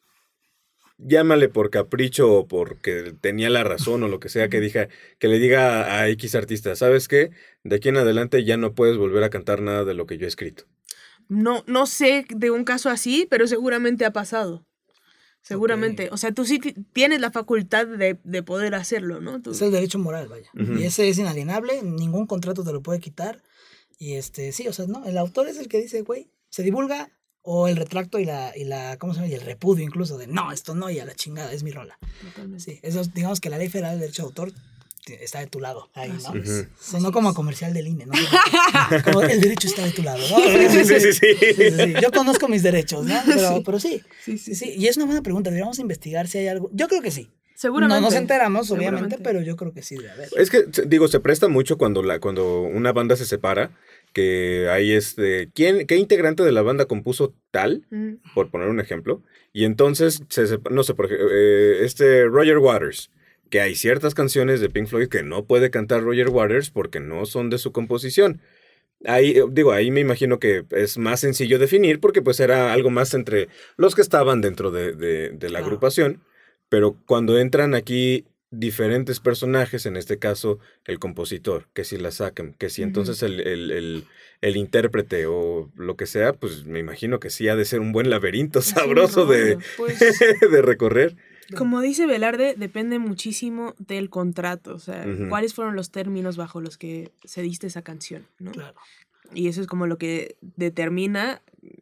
llámale por capricho o porque tenía la razón o lo que sea que diga, que le diga a X artista, ¿sabes qué? De aquí en adelante ya no puedes volver a cantar nada de lo que yo he escrito. No, no sé de un caso así, pero seguramente ha pasado. Seguramente. Okay. O sea, tú sí t- tienes la facultad de, de poder hacerlo, ¿no? Tú... Es el derecho moral, vaya. Uh-huh. Y ese es inalienable, ningún contrato te lo puede quitar. Y este, sí, o sea, no, el autor es el que dice, güey, se divulga o el retracto y la, y la, ¿cómo se llama? Y el repudio incluso de, no, esto no, y a la chingada, es mi rola. Totalmente. Sí, eso, digamos que la Ley Federal del Derecho de Autor está de tu lado, ahí, ¿no? Uh-huh. Sonó como a comercial del I N E, ¿no? Como el derecho está de tu lado, ¿no? Sí, sí, sí, sí. Sí, sí, sí. Yo conozco mis derechos, ¿no? Pero sí, pero sí, sí, sí, sí, sí. Y es una buena pregunta, deberíamos investigar si hay algo. Yo creo que sí. Seguramente. No nos enteramos, obviamente, Seguramente. pero yo creo que sí debe haber. Es que, digo, se presta mucho cuando, la, cuando una banda se separa, que ahí es de, ¿quién, ¿qué integrante de la banda compuso tal? Mm. Por poner un ejemplo. Y entonces, se sepa, no sé, por ejemplo, eh, este Roger Waters, que hay ciertas canciones de Pink Floyd que no puede cantar Roger Waters porque no son de su composición. Ahí, digo, ahí me imagino que es más sencillo definir porque pues era algo más entre los que estaban dentro de, de, de la Claro. agrupación. Pero cuando entran aquí diferentes personajes, en este caso el compositor, que si la sacan, que si entonces el, el, el, el intérprete o lo que sea, pues me imagino que sí ha de ser un buen laberinto Es un sabroso de, rollo. Pues, de recorrer. como dice Velarde, depende muchísimo del contrato. O sea, Ujú. cuáles fueron los términos bajo los que se diste esa canción, ¿no? Claro. Y eso es como lo que determina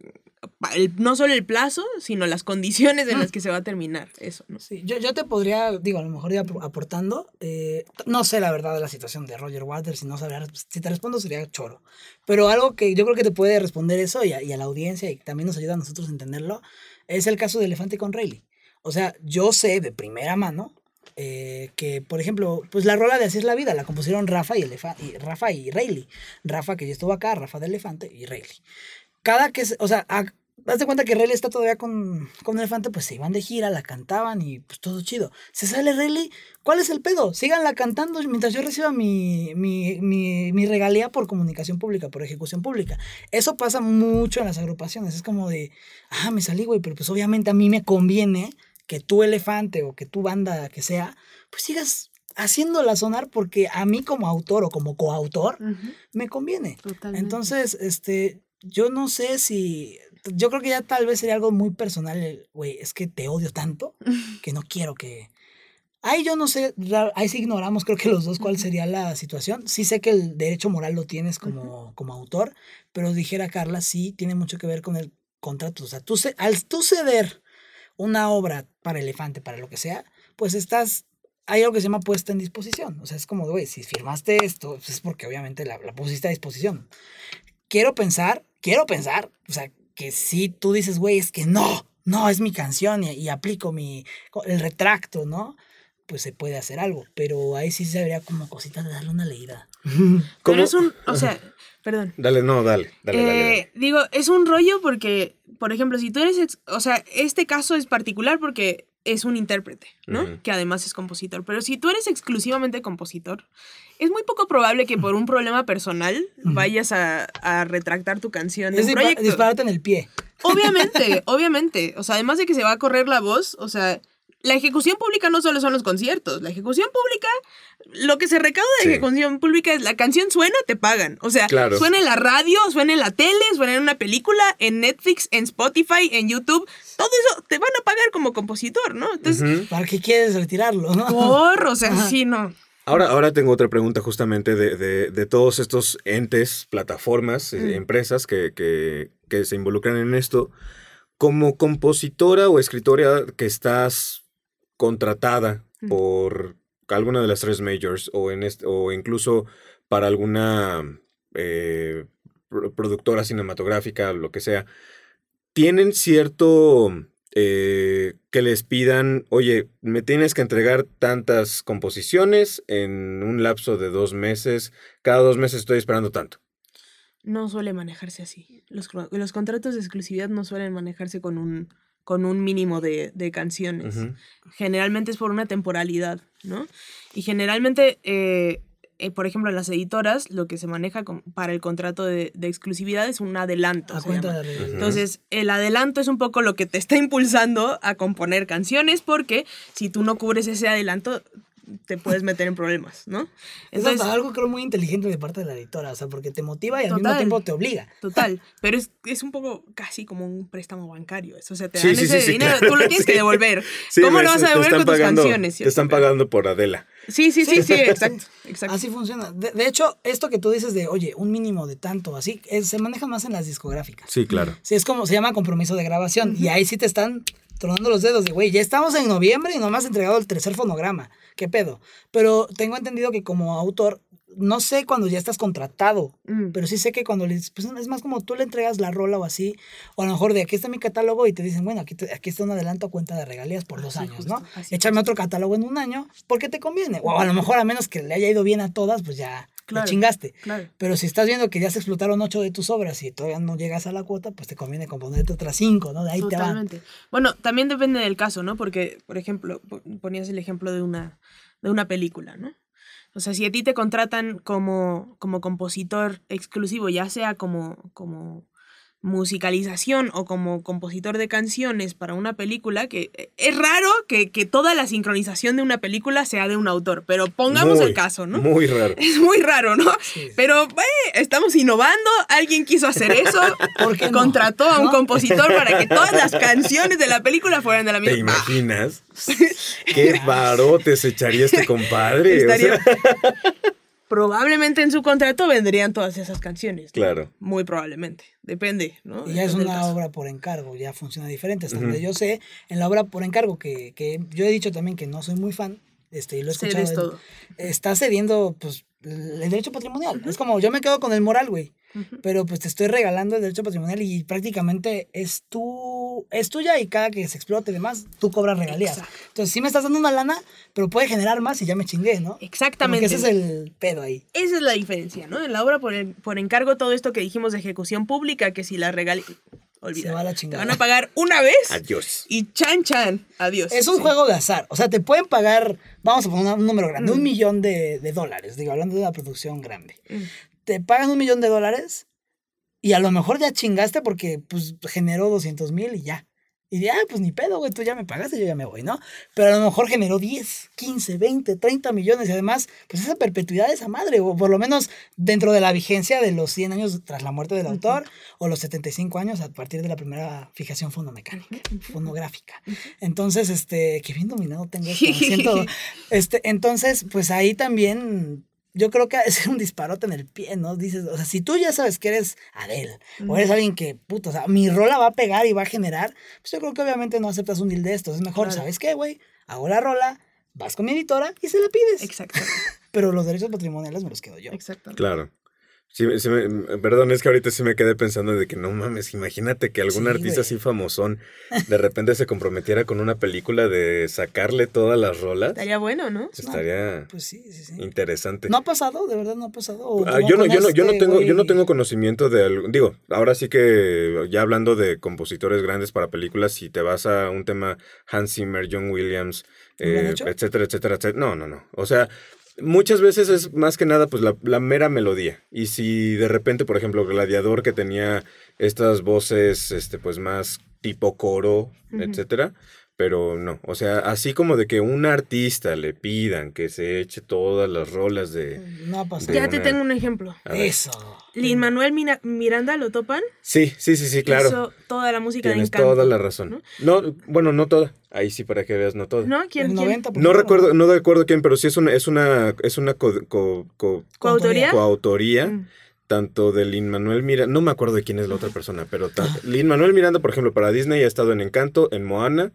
el- no solo el plazo, sino las condiciones en las que se va a terminar eso, ¿no? Sí, yo, yo te podría, digo, a lo mejor ir ap- aportando. eh, no sé la verdad de la situación de Roger Waters, y no sabría, si te respondo sería choro. Pero algo que yo creo que te puede responder eso y a, y a la audiencia y también nos ayuda a nosotros a entenderlo, es el caso de Elefante con Rayleigh. O sea, yo sé de primera mano eh, que, por ejemplo, pues la rola de Así es la vida la compusieron Rafa y, Elefa- y, Rafa y Rayleigh. Rafa, que ya estuvo acá, Rafa de Elefante y Rayleigh. Cada que, se- o sea, a- haz de cuenta que Rayleigh está todavía con, con Elefante, pues se iban de gira, la cantaban y pues todo chido. Se sale Rayleigh, ¿cuál es el pedo? Síganla cantando mientras yo reciba mi, mi, mi, mi regalía por comunicación pública, por ejecución pública. Eso pasa mucho en las agrupaciones. Es como de, ah, me salí, güey, pero pues obviamente a mí me conviene que tú Elefante o que tu banda que sea, pues sigas haciéndola sonar porque a mí como autor o como coautor Ujú, me conviene. totalmente. Entonces, este, yo no sé si, yo creo que ya tal vez sería algo muy personal, el, güey, es que te odio tanto que no quiero que... Ahí yo no sé, ra- ahí sí ignoramos, creo que los dos, cuál sería la situación. Sí sé que el derecho moral lo tienes como, como autor, pero dijera Carla, sí tiene mucho que ver con el contrato. O sea, tú ce- al tú ceder una obra para Elefante, para lo que sea, pues estás, hay algo que se llama puesta en disposición. O sea, es como, güey, si firmaste esto, pues es porque obviamente la, la pusiste a disposición. Quiero pensar, quiero pensar, o sea, que si tú dices, güey, es que no, no, es mi canción y, y aplico mi, el retracto, ¿no? Pues se puede hacer algo, pero ahí sí se vería como cositas de darle una leída. ¿Cómo? Pero es un, o sea, perdón. Dale, no, dale, dale, dale, Eh, dale. digo, es un rollo porque, por ejemplo, si tú eres, ex- o sea, este caso es particular porque es un intérprete, ¿no? Ujú. Que además es compositor. Pero si tú eres exclusivamente compositor, es muy poco probable que por un problema personal Ujú. vayas a, a retractar tu canción de Es un dispa- proyecto. dispararte en el pie. Obviamente, obviamente. O sea, además de que se va a correr la voz, o sea, la ejecución pública no solo son los conciertos. La ejecución pública, lo que se recauda de Sí. ejecución pública es la canción suena, te pagan. O sea, Claro. suena en la radio, suena en la tele, suena en una película, en Netflix, en Spotify, en YouTube. Todo eso te van a pagar como compositor, ¿no? Entonces, Ujú. ¿Para qué quieres retirarlo? ¿no? por, o sea, Ajá. sí, no. Ahora, ahora tengo otra pregunta justamente de, de, de todos estos entes, plataformas, eh, Mm. empresas que, que, que se involucran en esto. Como compositora o escritora que estás contratada Mm. por alguna de las tres majors o, en este, o incluso para alguna eh, pro- productora cinematográfica, lo que sea, ¿tienen cierto eh, que les pidan, oye, me tienes que entregar tantas composiciones en un lapso de dos meses, cada dos meses estoy esperando tanto? No suele manejarse así. Los, cro- los contratos de exclusividad no suelen manejarse con un, con un mínimo de, de canciones. Ujú. Generalmente es por una temporalidad, ¿no? Y generalmente, eh, eh, por ejemplo, en las editoras, lo que se maneja con- para el contrato de, de exclusividad es un adelanto. A se cuenta llama. de arreglo. Ujú. Entonces, el adelanto es un poco lo que te está impulsando a componer canciones, porque si tú no cubres ese adelanto, te puedes meter en problemas, ¿no? Entonces, es hasta algo creo muy inteligente de parte de la editora, o sea, porque te motiva y al total, mismo tiempo te obliga. Total, pero es, es un poco casi como un préstamo bancario, eso, o sea, te sí, dan sí, ese sí, sí, dinero, claro, tú lo tienes sí. que devolver. Sí, ¿Cómo ves, lo vas a devolver con pagando, tus canciones? Te están pagando por Adela. Sí, sí, sí, sí, exacto, exacto. Así funciona. De, de hecho, esto que tú dices de, oye, un mínimo de tanto, así, es, se maneja más en las discográficas. Sí, claro. Sí, es como, se llama compromiso de grabación, uh-huh. y ahí sí te están tronando los dedos de, güey, ya estamos en noviembre y no me has entregado el tercer fonograma. ¿Qué pedo? Pero tengo entendido que como autor, no sé cuando ya estás contratado, mm. pero sí sé que cuando les, pues es más como tú le entregas la rola o así, o a lo mejor de aquí está mi catálogo y te dicen, bueno, aquí, te, aquí está un adelanto a cuenta de regalías por dos así años, justo, ¿no? Échame justo. Otro catálogo en un año porque te conviene. O a lo mejor a menos que le haya ido bien a todas, pues ya claro, chingaste. Claro. Pero si estás viendo que ya se explotaron ocho de tus obras y todavía no llegas a la cuota, pues te conviene componerte otras cinco, ¿no? De ahí totalmente. Te va. Bueno, también depende del caso, ¿no? Porque, por ejemplo, ponías el ejemplo de una, de una película, ¿no? O sea, si a ti te contratan como, como compositor exclusivo, ya sea como, como musicalización o como compositor de canciones para una película, que es raro que, que toda la sincronización de una película sea de un autor, pero pongamos muy, el caso, ¿no? Muy raro. Es muy raro, ¿no? Sí. Pero, eh, estamos innovando, alguien quiso hacer eso, porque no? contrató a un ¿no? compositor para que todas las canciones de la película fueran de la misma. ¿Te imaginas? Qué barotes echaría este compadre. Estaría... O sea... Probablemente en su contrato vendrían todas esas canciones. ¿no? Claro. Muy probablemente. Depende, ¿no? Y ya es una obra por encargo, ya funciona diferente. Hasta uh-huh. donde yo sé, en la obra por encargo, que, que yo he dicho también que no soy muy fan, este, y lo he escuchado. Cedes todo. Está cediendo, pues, el derecho patrimonial. Uh-huh. Es como, yo me quedo con el moral, güey. Uh-huh. Pero pues te estoy regalando el derecho patrimonial y prácticamente es tu, es tuya y cada que se explote y demás, tú cobras regalías. Exacto. Entonces sí me estás dando una lana, pero puede generar más y ya me chingué, ¿no? Exactamente. Porque ese es el pedo ahí. Esa es la diferencia, ¿no? En la obra por, el, por encargo, todo esto que dijimos de ejecución pública, que si la regalías... Olvida. Se va a la chingada. Te van a pagar una vez. Adiós. Y chan chan. Adiós. Es un sí. juego de azar. O sea, te pueden pagar, vamos a poner un número grande, mm. un millón de, de dólares. Digo, hablando de una producción grande. Mm. Te pagan un millón de dólares y a lo mejor ya chingaste porque pues generó doscientos mil y ya. Y de, ah, pues ni pedo, güey, tú ya me pagaste, yo ya me voy, ¿no? Pero a lo mejor generó diez, quince, veinte, treinta millones y además, pues esa perpetuidad de esa madre, o por lo menos dentro de la vigencia de los cien años tras la muerte del autor, uh-huh. o los setenta y cinco años a partir de la primera fijación fonomecánica, uh-huh. fonográfica. Uh-huh. Entonces, este, qué bien dominado tengo esto, siento, este, entonces, pues ahí también... Yo creo que es un disparote en el pie, ¿no? Dices, o sea, si tú ya sabes que eres Adele, mm. o eres alguien que, puto, o sea, mi rola va a pegar y va a generar, pues yo creo que obviamente no aceptas un deal de estos. Es mejor, claro. ¿sabes qué, güey? Hago la rola, vas con mi editora y se la pides. Exactamente. Pero los derechos patrimoniales me los quedo yo. Exactamente. Claro. Sí, sí me, perdón, es que ahorita sí me quedé pensando de que no mames, imagínate que algún sí, artista wey. así famosón de repente se comprometiera con una película de sacarle todas las rolas. Estaría bueno, ¿no? Estaría no, pues sí, sí, sí. interesante. ¿No ha pasado? ¿De verdad no ha pasado? Ah, yo no, yo no, yo no tengo, wey? yo no tengo conocimiento de algo. Digo, ahora sí que ya hablando de compositores grandes para películas, si te vas a un tema Hans Zimmer, John Williams, eh, etcétera, etcétera, etcétera. No, no, no. O sea. Muchas veces es más que nada pues la, la mera melodía. Y si de repente, por ejemplo, Gladiador, que tenía estas voces este pues más tipo coro, uh-huh. etcétera, pero no, o sea, así como de que un artista le pidan que se eche todas las rolas de... No pasa. Ya una... te tengo un ejemplo. Eso. Lin-Manuel Mira- Miranda, ¿lo topan? Sí, sí, sí, sí, claro. Hizo toda la música Tienes de Encanto. Toda la razón. ¿No? no, bueno, no toda. Ahí sí, para que veas, no toda. ¿No? ¿Quién? El noventa por ciento. No recuerdo, no recuerdo quién, pero sí es una, es una, es una co, co, co, ¿Coautoría? coautoría Mm. tanto de Lin-Manuel Miranda, no me acuerdo de quién es la otra persona, pero ta- Lin-Manuel Miranda, por ejemplo, para Disney ha estado en Encanto, en Moana,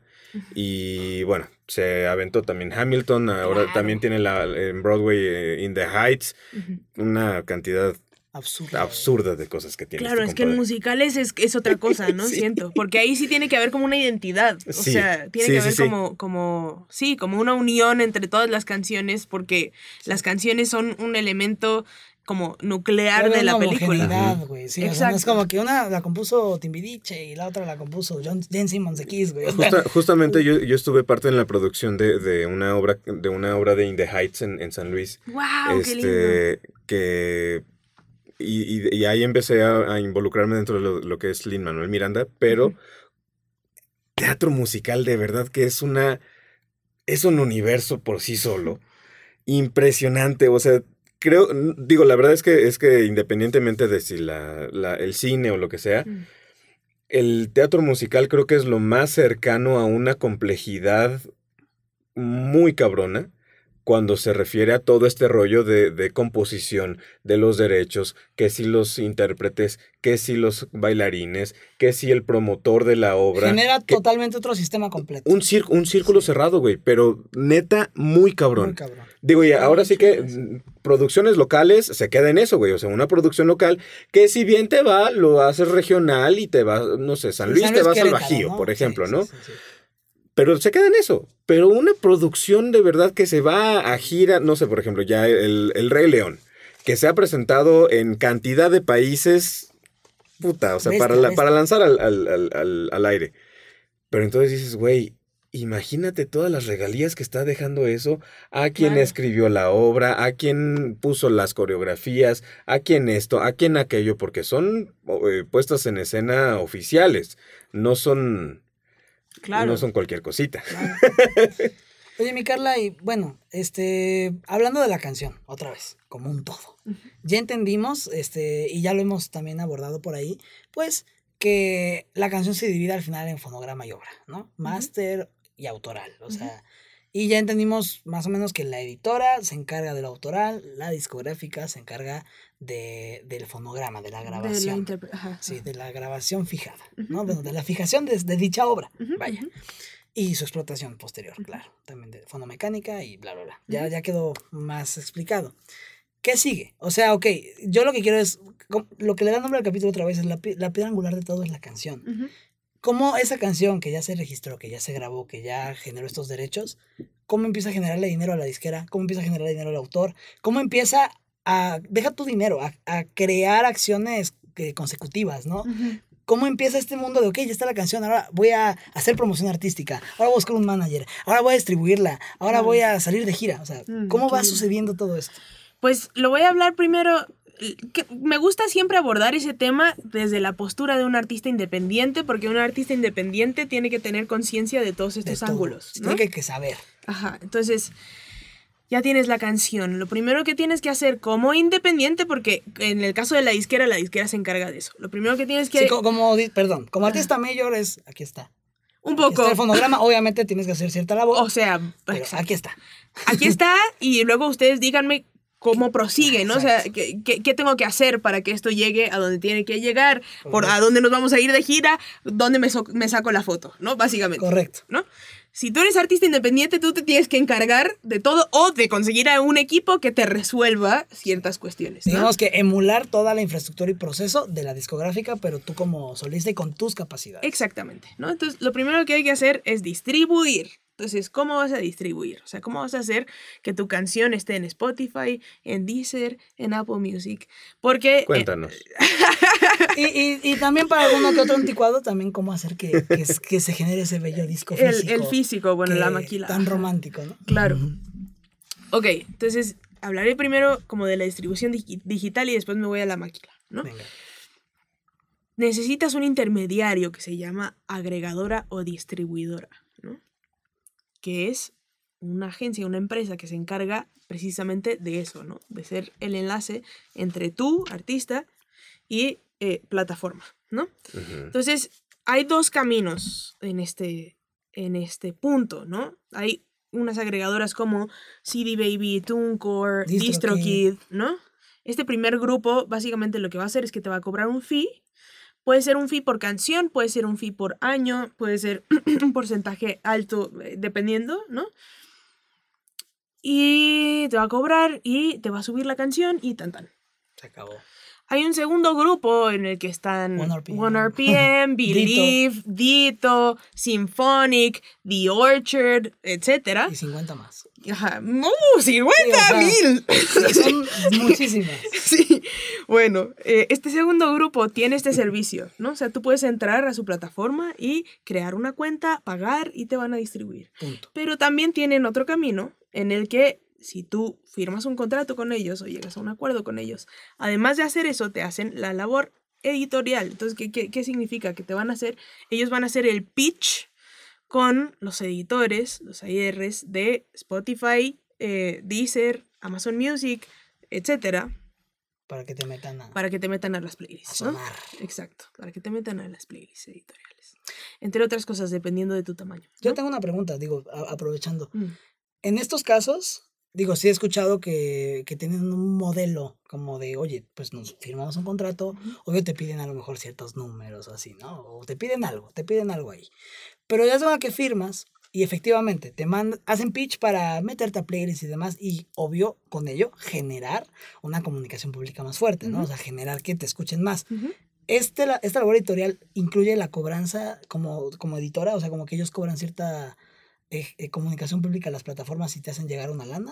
y bueno, se aventó también Hamilton, ahora Claro. también tiene la en Broadway eh, In the Heights, Ujú. una cantidad Absurdo. absurda de cosas que tiene. Claro, este es que en compadre. musicales es, es otra cosa, ¿no? Sí. Siento. Porque ahí sí tiene que haber como una identidad. O Sí. sea, tiene Sí, que sí, haber sí. como, como, sí, como una unión entre todas las canciones, porque las canciones son un elemento como nuclear Debe de la una película. homogeneidad, güey. Sí, o sea, Exacto. no es como que una la compuso Timbiriche y la otra la compuso John, Jen Simmons de Kiss, güey. Justa- justamente yo, yo estuve parte en la producción de, de una obra de una obra de In the Heights en, en San Luis. ¡Wow! ¡Qué lindo! Este, que y, y, y ahí empecé a, a involucrarme dentro de lo, lo que es Lin-Manuel Miranda, pero Ujú. teatro musical de verdad que es una es un universo por sí solo. impresionante, o sea, creo, digo, la verdad es que, es que independientemente de si la, la, el cine o lo que sea, mm. el teatro musical creo que es lo más cercano a una complejidad muy cabrona cuando se refiere a todo este rollo de, de composición, de los derechos, que si los intérpretes, que si los bailarines, que si el promotor de la obra. Genera que, totalmente otro sistema completo. Un, cir- un círculo sí. cerrado, güey, pero neta muy cabrón. Muy cabrón. Digo, y ahora sí que sí. producciones locales se queda en eso, güey. O sea, una producción local que si bien te va, lo haces regional y te va, no sé, San Luis, San Luis te vas Querétaro, al Bajío, ¿no? por ejemplo, sí, ¿no? Sí, sí, sí. Pero se queda en eso. Pero una producción de verdad que se va a gira, no sé, por ejemplo, ya el, el Rey León, que se ha presentado en cantidad de países, puta, o sea, bestia, para, la, para lanzar al, al, al, al, al aire. Pero entonces dices, güey, imagínate todas las regalías que está dejando eso a quien claro. escribió la obra, a quien puso las coreografías, a quien esto, a quien aquello, porque son eh, puestas en escena oficiales, no son... Claro. No son cualquier cosita. Claro. Oye, mi Carla, y bueno, este, hablando de la canción, otra vez, como un todo. Uh-huh. Ya entendimos, este, y ya lo hemos también abordado por ahí, pues, que la canción se divide al final en fonograma y obra, ¿no? Máster uh-huh. y autoral, o uh-huh. sea, y ya entendimos más o menos que la editora se encarga de lo autoral, la discográfica se encarga de, del fonograma, de la grabación. De la interpre- ajá, sí, de la grabación fijada, uh-huh. ¿no? Bueno, de la fijación de, de dicha obra, uh-huh. vaya. Uh-huh. Y su explotación posterior, uh-huh. claro. También de fonomecánica y bla, bla, bla. Uh-huh. Ya, ya quedó más explicado. ¿Qué sigue? O sea, ok, yo lo que quiero es, lo que le da nombre al capítulo otra vez es la, la piedra angular de todo es la canción. Uh-huh. ¿Cómo esa canción que ya se registró, que ya se grabó, que ya generó estos derechos, cómo empieza a generarle dinero a la disquera? ¿Cómo empieza a generarle dinero al autor? ¿Cómo empieza a, deja tu dinero, a, a crear acciones eh, consecutivas, ¿no? Uh-huh. ¿Cómo empieza este mundo de, ok, ya está la canción, ahora voy a hacer promoción artística, ahora voy a buscar un manager, ahora voy a distribuirla, ahora uh-huh. voy a salir de gira? O sea, ¿cómo uh-huh. va sucediendo todo esto? Pues lo voy a hablar primero... Que me gusta siempre abordar ese tema desde la postura de un artista independiente, porque un artista independiente tiene que tener conciencia de todos estos de ángulos, ¿no? Tiene que saber. Ajá, entonces ya tienes la canción. Lo primero que tienes que hacer como independiente, porque en el caso de la disquera, la disquera se encarga de eso. Lo primero que tienes que... Sí, como, como perdón, como artista Ajá. mayor es, aquí está. Un poco. Aquí está el fonograma, obviamente tienes que hacer cierta labor. O sea, aquí está. Aquí está, y luego ustedes díganme cómo prosigue, ¿no? Exacto. O sea, ¿qué, qué, ¿qué tengo que hacer para que esto llegue a donde tiene que llegar? Por, ¿a dónde nos vamos a ir de gira? ¿Dónde me, so, me saco la foto? ¿No? Básicamente. Correcto. ¿No? Si tú eres artista independiente, tú te tienes que encargar de todo o de conseguir a un equipo que te resuelva ciertas cuestiones, ¿no? Digamos que emular toda la infraestructura y proceso de la discográfica, pero tú como solista y con tus capacidades. Exactamente, ¿no? Entonces, lo primero que hay que hacer es distribuir. Entonces, ¿cómo vas a distribuir? O sea, ¿cómo vas a hacer que tu canción esté en Spotify, en Deezer, en Apple Music? Porque... Cuéntanos. Eh, y, y, y también para alguno que otro anticuado, también cómo hacer que, que, que se genere ese bello disco físico. El, el físico, bueno, la maquila. Tan romántico, ¿no? Claro. Uh-huh. Ok, entonces hablaré primero como de la distribución dig- digital y después me voy a la maquila, ¿no? Venga. Necesitas un intermediario que se llama agregadora o distribuidora, ¿no? Que es una agencia, una empresa que se encarga precisamente de eso, ¿no? De ser el enlace entre tú, artista, y eh, plataforma, ¿no? Uh-huh. Entonces, hay dos caminos en este, en este punto, ¿no? Hay unas agregadoras como C D Baby, TuneCore, DistroKid, DistroKid, ¿no? Este primer grupo, básicamente lo que va a hacer es que te va a cobrar un fee. Puede ser un fee por canción, puede ser un fee por año, puede ser un porcentaje alto, dependiendo, ¿no? Y te va a cobrar y te va a subir la canción y tan tan. Se acabó. Hay un segundo grupo en el que están One R P M, One R P M Believe, Dito. Dito, Symphonic, The Orchard, etcétera. Y cincuenta más. Ajá. ¡Uh! ¡cincuenta mil! Sí, son muchísimas. Sí. Bueno, eh, este segundo grupo tiene este servicio, ¿no? O sea, tú puedes entrar a su plataforma y crear una cuenta, pagar y te van a distribuir. Punto. Pero también tienen otro camino en el que si tú firmas un contrato con ellos o llegas a un acuerdo con ellos, además de hacer eso, te hacen la labor editorial. Entonces, ¿qué, qué, qué significa? Que te van a hacer, ellos van a hacer el pitch con los editores, los A Rs de Spotify, eh, Deezer, Amazon Music, etcétera. Para que te metan a... Para que te metan a las A playlists, ¿no? sonar. Exacto, para que te metan a las playlists editoriales. Entre otras cosas, dependiendo de tu tamaño, ¿no? Yo tengo una pregunta, digo, a- aprovechando. Mm. En estos casos, digo, sí he escuchado que, que tienen un modelo como de, oye, pues nos firmamos un contrato, obvio te piden a lo mejor ciertos números o así, ¿no? O te piden algo, te piden algo ahí. Pero ya es una que firmas y efectivamente te mandan, hacen pitch para meterte a playlists y demás y obvio con ello generar una comunicación pública más fuerte, ¿no? Ujú. O sea, generar que te escuchen más. Ujú. Este, la- esta labor editorial incluye la cobranza como, como editora, o sea, como que ellos cobran cierta eh, eh, comunicación pública a las plataformas y te hacen llegar una lana,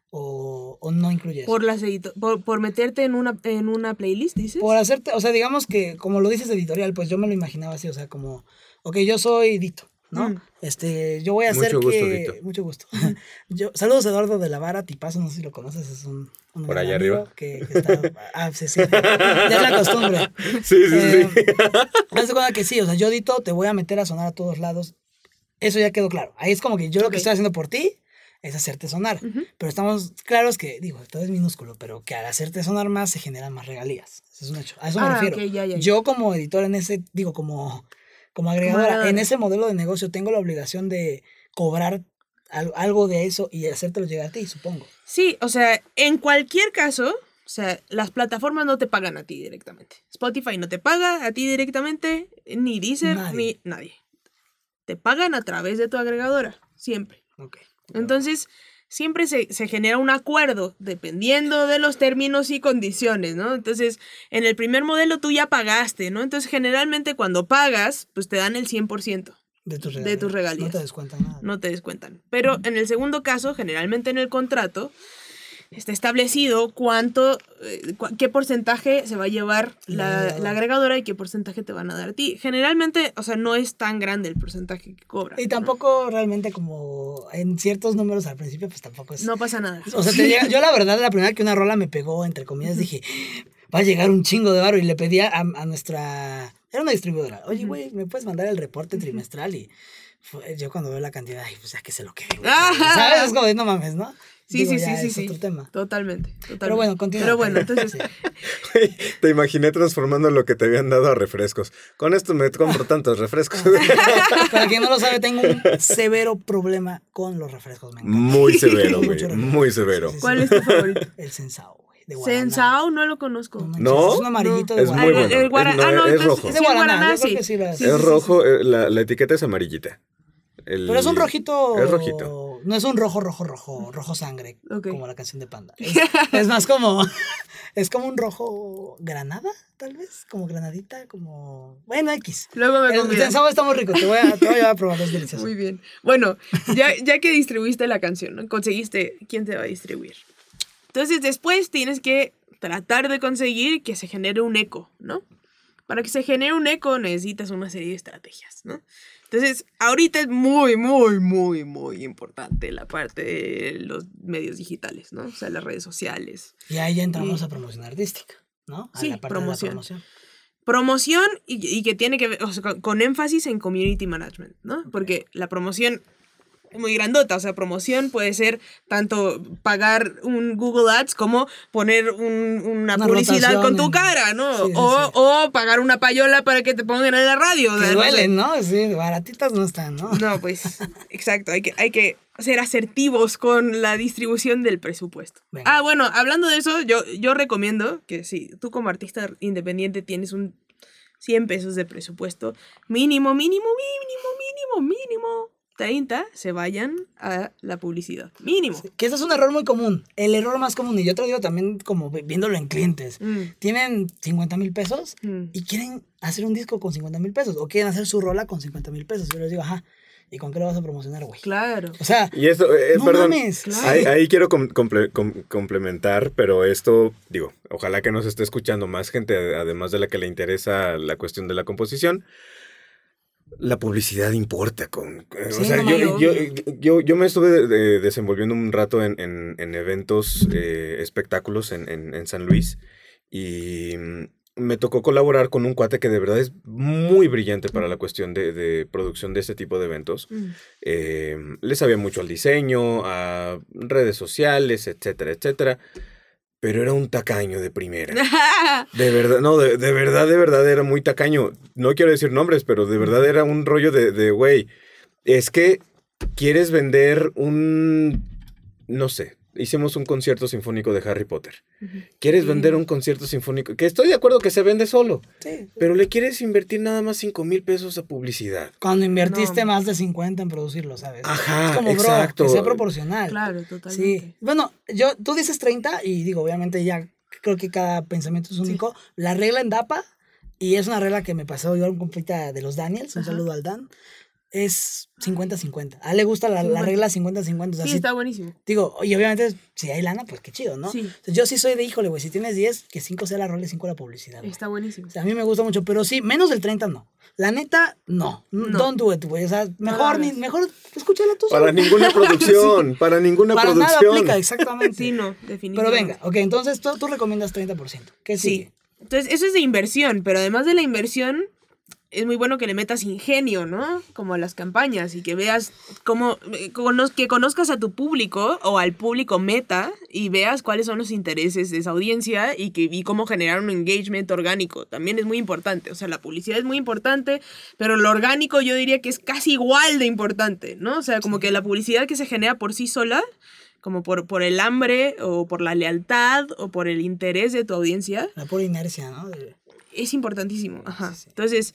o, o no incluye eso. Por, las edito- por, por meterte en una, en una playlist, dices. Por hacerte, o sea, digamos que como lo dices editorial, pues yo me lo imaginaba así, o sea, como, ok, yo soy Dito, ¿no? Mm. Este, yo voy a hacer Mucho gusto, que... Dito. Mucho gusto. yo, saludos a Eduardo de la Vara, tipazo, no sé si lo conoces, es un... un Por gran allá amigo arriba. Que, que está... Ah, sí, sí, ya es la costumbre. Sí, sí, Eh, sí. Haz de cuenta que sí, o sea, yo Dito te voy a meter a sonar a todos lados. Eso ya quedó claro. Ahí es como que yo lo Ok. que estoy haciendo por ti es hacerte sonar. Ujú. Pero estamos claros que, digo, todo es minúsculo, pero que al hacerte sonar más se generan más regalías. Eso es un hecho. A eso me Ah, refiero. ok, ya, ya, ya. Yo como editor en ese, digo, como, como agregadora, agregadora. en ese modelo de negocio tengo la obligación de cobrar al- algo de eso y hacértelo llegar a ti, supongo. Sí, o sea, en cualquier caso, o sea, las plataformas no te pagan a ti directamente. Spotify no te paga a ti directamente, ni Deezer, Nadie. ni nadie. Te pagan a través de tu agregadora, siempre. Ok. Entonces, siempre se, se genera un acuerdo dependiendo de los términos y condiciones, ¿no? Entonces, en el primer modelo tú ya pagaste, ¿no? Entonces, generalmente cuando pagas, pues te dan el cien por ciento. De tus de regalías. tus regalías. No te descuentan nada. No te descuentan. Pero en el segundo caso, generalmente en el contrato, está establecido cuánto, eh, cu- qué porcentaje se va a llevar La la, agregadora. la agregadora y qué porcentaje te van a dar a ti. Generalmente, o sea, no es tan grande el porcentaje que cobran. Y ¿no? tampoco realmente como en ciertos números al principio, pues tampoco es... No pasa nada. O sea, te llega- yo la verdad, la primera que una rola me pegó, entre comillas, dije, va a llegar un chingo de varo. Y le pedí a, a nuestra... Era una distribuidora. Oye, Ujú. güey, ¿me puedes mandar el reporte trimestral? Y fue- yo cuando veo la cantidad, ay, pues ya que se lo quede, güey. Ajá. ¿Sabes? Es como de, no mames, ¿no? Sí, Digo, sí, ya sí, sí, es sí. otro tema. Totalmente, totalmente. Pero bueno, continúa. Pero bueno, entonces, Sí. Te imaginé transformando lo que te habían dado a refrescos. Con esto me compro tantos refrescos. Para quien no lo sabe, tengo un severo problema con los refrescos. Me encanta. Muy severo, güey. Mucho refresco. Muy severo. Sí, sí, ¿cuál sí. es tu favorito? El Sensao, güey. De guaraná. Sensao, no lo conozco. manches, ¿No? Es un amarillito de Es guaraná. muy Ah, el- bueno. el guara- Es- no, ah, no, es entonces, rojo. Es sí, de el guaraná, guaraná, yo creo sí. que sí lo- Sí, Es sí, sí, rojo, eh, la, la etiqueta es amarillita. El- Pero es un rojito. Es rojito. No es un rojo, rojo, rojo, rojo sangre, Ok. como la canción de Panda. Es, es más como. Es como un rojo granada, tal vez. Como granadita, como. Bueno, X. Luego me El convidas. Sensao está muy rico. Te voy a, te voy a llevar a probar, es delicioso. Muy bien. Bueno, ya, ya que distribuiste la canción, ¿no? Conseguiste quién te va a distribuir. Entonces después tienes que tratar de conseguir que se genere un eco, ¿no? Para que se genere un eco necesitas una serie de estrategias, ¿no? Entonces, ahorita es muy, muy, muy, muy importante la parte de los medios digitales, ¿no? O sea, las redes sociales. Y ahí ya entramos Y- a promoción artística, ¿no? A Sí, la parte promoción. de la promoción. Promoción y, y que tiene que ver, o sea, con, con énfasis en community management, ¿no? Porque la promoción es muy grandota, o sea, promoción puede ser tanto pagar un Google Ads como poner un- una, Una publicidad rotación con tu en- cara, ¿no? Sí, sí, o, sí. o pagar una payola para que te pongan en la radio. o Que sea, no sé. duelen, ¿no? Sí, baratitas no están, ¿no? No, pues, exacto, hay que, hay que ser asertivos con la distribución del presupuesto. Venga. Ah, bueno, hablando de eso, yo, yo recomiendo que si tú como artista independiente tienes un cien pesos de presupuesto, mínimo, mínimo, mínimo, mínimo, mínimo, treinta se vayan a la publicidad. Mínimo. Que ese es un error muy común. El error más común, y yo te lo digo también como vi- viéndolo en clientes. Mm, Tienen cincuenta mil pesos mm. y quieren hacer un disco con cincuenta mil pesos o quieren hacer su rola con cincuenta mil pesos. Yo les digo, ajá, ¿y con qué lo vas a promocionar, güey? Claro. O sea, Y esto, eh, no perdón, mames. Claro. ahí, ahí quiero com- comple- com- complementar, pero esto, digo, ojalá que nos esté escuchando más gente, además de la que le interesa la cuestión de la composición. La publicidad importa. Con, eh, Sí, o sea, no yo, mames. yo, yo, yo me estuve de- de- desenvolviendo un rato en, en- en eventos, eh, espectáculos en, en- en San Luis. Y, me tocó colaborar con un cuate que de verdad es muy brillante para la cuestión de, de producción de este tipo de eventos. Mm. Eh, le sabía mucho al diseño, a redes sociales, etcétera, etcétera. Pero era un tacaño de primera. De verdad, no, de, de verdad, de verdad era muy tacaño. No quiero decir nombres, pero de verdad era un rollo de, de güey, es que quieres vender un, no sé, hicimos un concierto sinfónico de Harry Potter. Uh-huh. ¿Quieres sí. vender un concierto sinfónico? Que estoy de acuerdo que se vende solo. Sí. Pero le quieres invertir nada más cinco mil pesos a publicidad. Cuando invertiste no. más de cincuenta en producirlo, ¿sabes? Ajá, es como, exacto. Bro, que sea proporcional. Claro, totalmente. Sí. Bueno, yo, tú dices treinta y digo, obviamente ya creo que cada pensamiento es único. Sí. La regla en DAPA, y es una regla que me pasó yo en completa de los Daniels, un Ajá. saludo al Dan, es cincuenta cincuenta. A él le gusta la, la regla cincuenta cincuenta. O sea, sí, si, está buenísimo. Digo, y obviamente, si hay lana, pues qué chido, ¿no? Sí. Entonces, yo sí soy de, híjole, güey, si tienes diez, que cinco sea la rola y cinco la publicidad. Wey. Está buenísimo. O sea, a mí me gusta mucho, pero sí, menos del treinta no. La neta, no. no. Don't do it, güey. O sea, mejor, no, ni, mejor escúchala tú. Para solo. ninguna producción, sí. para ninguna para producción. Para nada aplica, exactamente. Sí, no, definitivamente. Pero venga, ok, entonces tú, tú recomiendas treinta por ciento. ¿Qué sigue? Sí. Entonces, eso es de inversión, pero además de la inversión, es muy bueno que le metas ingenio, ¿no? Como a las campañas y que veas cómo, que conozcas a tu público o al público meta y veas cuáles son los intereses de esa audiencia y, que, y cómo generar un engagement orgánico. También es muy importante. O sea, la publicidad es muy importante, pero lo orgánico yo diría que es casi igual de importante, ¿no? O sea, como que la publicidad que se genera por sí sola, como por, por el hambre o por la lealtad o por el interés de tu audiencia. La pura inercia, ¿no? De... Es importantísimo, ajá. Sí, sí. Entonces,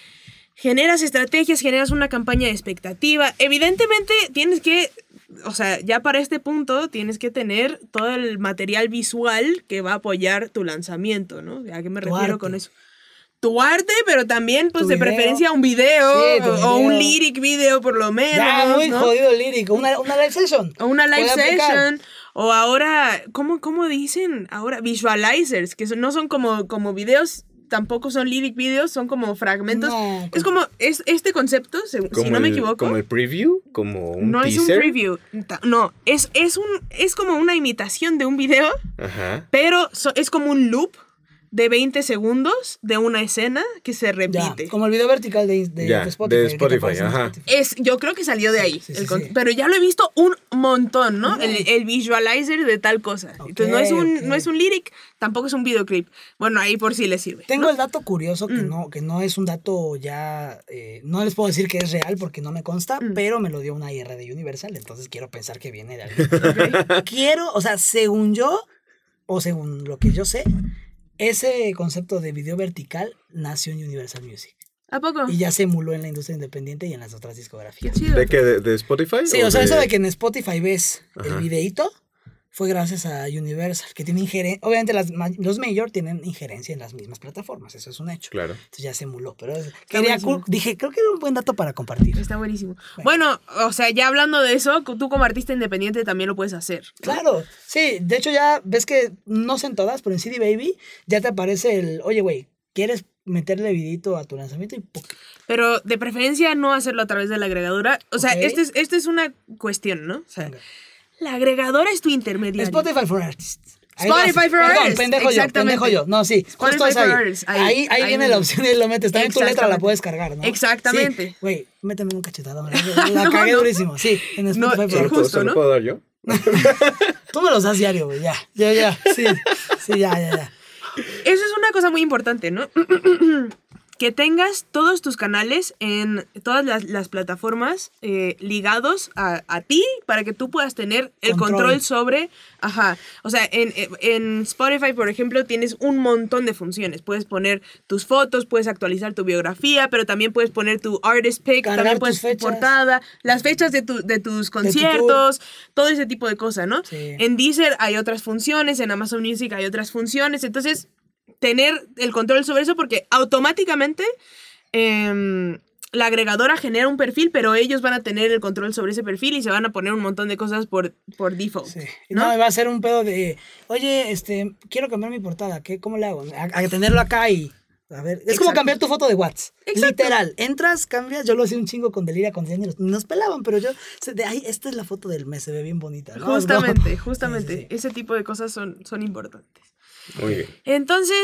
generas estrategias, generas una campaña de expectativa. Evidentemente, tienes que, o sea, ya para este punto, tienes que tener todo el material visual que va a apoyar tu lanzamiento, ¿no? ¿A qué me tu refiero arte. con eso? Tu arte, pero también, pues, tu de video. preferencia un video, sí, o, video. o un lyric video, por lo menos, ya, muy ¿no? jodido el lyric. Una, una live session. O una live session. O ahora, ¿cómo, cómo dicen? Ahora, visualizers, que son, no son como, como videos... Tampoco son lyric videos, son como fragmentos. No, es como, es este concepto, si no me equivoco. ¿Como el preview? ¿Como un no teaser? No es un preview. No, es, es, un, es como una imitación de un video. Ajá. Pero so, es como un loop de veinte segundos de una escena que se repite. Ya, como el video vertical de, de, ya, de Spotify. De Spotify, ajá. Spotify. Es, yo creo que salió de ahí. Sí, sí, el sí, sí. Pero ya lo he visto un montón, ¿no? Okay. El, el visualizer de tal cosa. Okay, Entonces no es, un, okay. no es un lyric, tampoco es un videoclip. Bueno, ahí por si les sirve. Tengo ¿no? el dato curioso que, mm. no, que no es un dato ya... Eh, no les puedo decir que es real porque no me consta, mm. pero me lo dio una I R de Universal, entonces quiero pensar que viene de alguien. Okay. Quiero, o sea, según yo, o según lo que yo sé... Ese concepto de video vertical nació en Universal Music. ¿A poco? Y ya se emuló en la industria independiente y en las otras discografías. Qué chido. ¿De qué? ¿De, de Spotify? Sí, o, o sea, de... eso de que en Spotify ves Ajá. el videíto fue gracias a Universal, que tiene injerencia. Obviamente las, los major tienen injerencia en las mismas plataformas, eso es un hecho. Claro. Entonces ya se emuló. Pero quería, dije, creo que era un buen dato para compartir. Está buenísimo. Bueno. bueno, o sea, ya hablando de eso, tú como artista independiente también lo puedes hacer, ¿no? Claro, sí. De hecho ya ves que, no sé en todas, pero en C D Baby ya te aparece el, oye, güey, ¿quieres meterle vidito a tu lanzamiento? Y pero de preferencia no hacerlo a través de la agregadora. O sea, okay. esta es, este es una cuestión, ¿no? O sea, okay. la agregadora es tu intermediario. Spotify for Artists. Spotify for Perdón, Artists. pendejo yo, pendejo yo. No, sí, Spotify justo es ahí. For Artists. Ahí, ahí, ahí, ahí viene mismo. la opción y lo metes. También tu letra la puedes cargar, ¿no? Exactamente. Güey, sí, méteme un cachetadón. La no, cagué no. durísimo. Sí, en Spotify no, for Artists. Justo, ¿Se lo ¿no? puedo dar yo? Tú me los das diario, güey, ya. Ya, ya. Sí, sí, ya, ya, ya. Eso es una cosa muy importante, ¿no? Que tengas todos tus canales en todas las, las plataformas eh, ligados a, a ti para que tú puedas tener el control, control sobre... Ajá. O sea, en, en Spotify, por ejemplo, tienes un montón de funciones. Puedes poner tus fotos, puedes actualizar tu biografía, pero también puedes poner tu artist pick, Cargar también puedes tus fechas. portada, las fechas de, tu, de tus conciertos, de tu todo ese tipo de cosas, ¿no? Sí. En Deezer hay otras funciones, en Amazon Music hay otras funciones, entonces... tener el control sobre eso porque automáticamente eh, la agregadora genera un perfil, pero ellos van a tener el control sobre ese perfil y se van a poner un montón de cosas por, por default. Sí. ¿no? no, va a ser un pedo de, oye, este, quiero cambiar mi portada, ¿qué, ¿cómo le hago? A, a tenerlo acá y... A ver, es Exacto. como cambiar tu foto de WhatsApp. Exacto. Literal, entras, cambias. Yo lo hacía un chingo con Deliria, con Diana, nos pelaban, pero yo, de ahí, esta es la foto del mes, se ve bien bonita, ¿no? Justamente, no. justamente. Sí, sí, sí. Ese tipo de cosas son, son importantes. Muy bien. Entonces,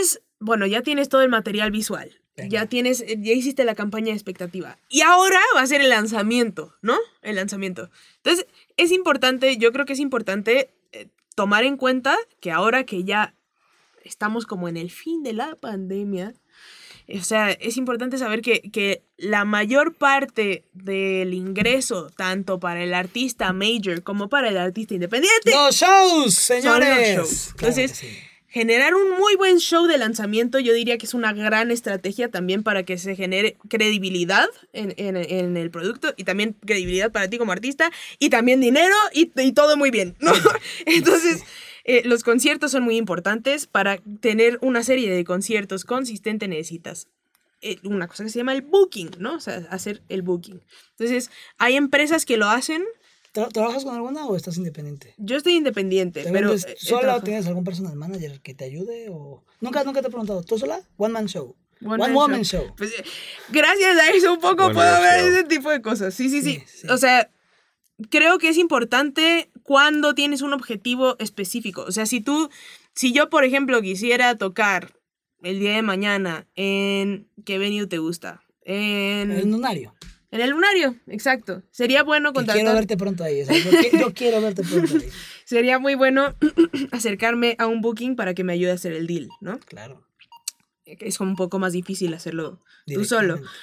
bueno, ya tienes todo el material visual. Venga. Ya tienes, ya hiciste la campaña de expectativa. Y ahora va a ser el lanzamiento, ¿no? El lanzamiento. Entonces, es importante, yo creo que es importante eh, tomar en cuenta que ahora que ya estamos como en el fin de la pandemia, o sea, es importante saber que, que la mayor parte del ingreso, tanto para el artista major como para el artista independiente, ¡Los shows, son señores! los shows. Claro Entonces, que sí. generar un muy buen show de lanzamiento, yo diría que es una gran estrategia también para que se genere credibilidad en, en, en el producto y también credibilidad para ti como artista y también dinero y, y todo muy bien, ¿no? Entonces, eh, los conciertos son muy importantes. Para tener una serie de conciertos consistente necesitas eh, una cosa que se llama el booking, ¿no? O sea, hacer el booking. Entonces, hay empresas que lo hacen. ¿Tra- ¿Trabajas con alguna o estás independiente? Yo estoy independiente, ¿Te pero... vendes eh, he sola o trabajado- tienes algún personal manager que te ayude? O... ¿Nunca, nunca te he preguntado, ¿tú sola? One man show. One One, man woman show. show. Pues, eh, gracias a eso un poco One puedo man ver show. ese tipo de cosas. Sí, sí, sí, Sí, sí. O sea, creo que es importante cuando tienes un objetivo específico. O sea, si tú, si yo, por ejemplo, quisiera tocar el día de mañana en... ¿Qué venue te gusta? En... El lunario. En el lunario, exacto. Sería bueno Que contratar... quiero verte pronto ahí. O sea, yo, qui- yo quiero verte pronto ahí. Sería muy bueno acercarme a un booking para que me ayude a hacer el deal, ¿no? Claro. Es como un poco más difícil hacerlo tú solo. Directamente.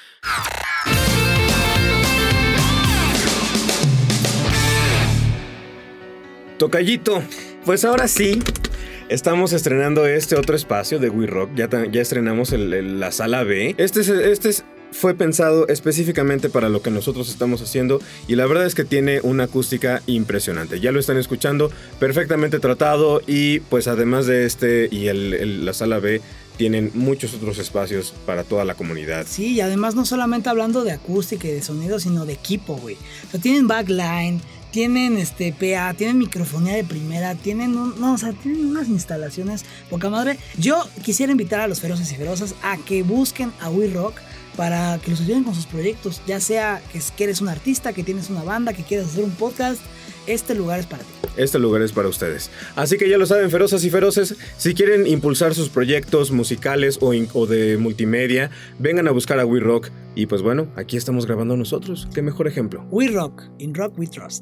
Tocayito, pues ahora sí, estamos estrenando este otro espacio de We Rock. Ya, ta- ya estrenamos el- el- la sala B. Este, es, este es- fue pensado específicamente para lo que nosotros estamos haciendo y la verdad es que tiene una acústica impresionante. Ya lo están escuchando, perfectamente tratado y pues además de este y el- el- la sala B tienen muchos otros espacios para toda la comunidad. Sí, y además no solamente hablando de acústica y de sonido, sino de equipo, güey. O sea, tienen backline, tienen este P A, tienen microfonía de primera, tienen un, no, o sea, tienen unas instalaciones poca madre. Yo quisiera invitar a los feroces y ferozas a que busquen a We Rock para que los ayuden con sus proyectos, ya sea que, es- que eres un artista, que tienes una banda, que quieres hacer un podcast, este lugar es para ti. Este lugar es para ustedes. Así que ya lo saben, ferozas y feroces, si quieren impulsar sus proyectos musicales o, in- o de multimedia, vengan a buscar a We Rock. Y pues bueno, aquí estamos grabando nosotros. ¿Qué mejor ejemplo? We Rock, in Rock We Trust.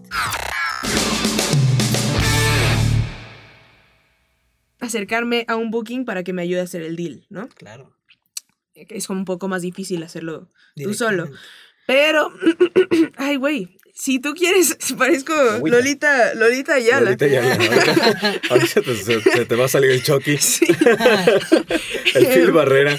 Acercarme a un booking para que me ayude a hacer el deal, ¿no? Claro. Es como un poco más difícil hacerlo tú solo. Directamente. Pero, ay, güey, si tú quieres, parezco Uy. Lolita, Lolita Ayala. Ahorita ya, ahorita, ahorita te, se, se te va a salir el Chucky. Sí. El Phil Barrera.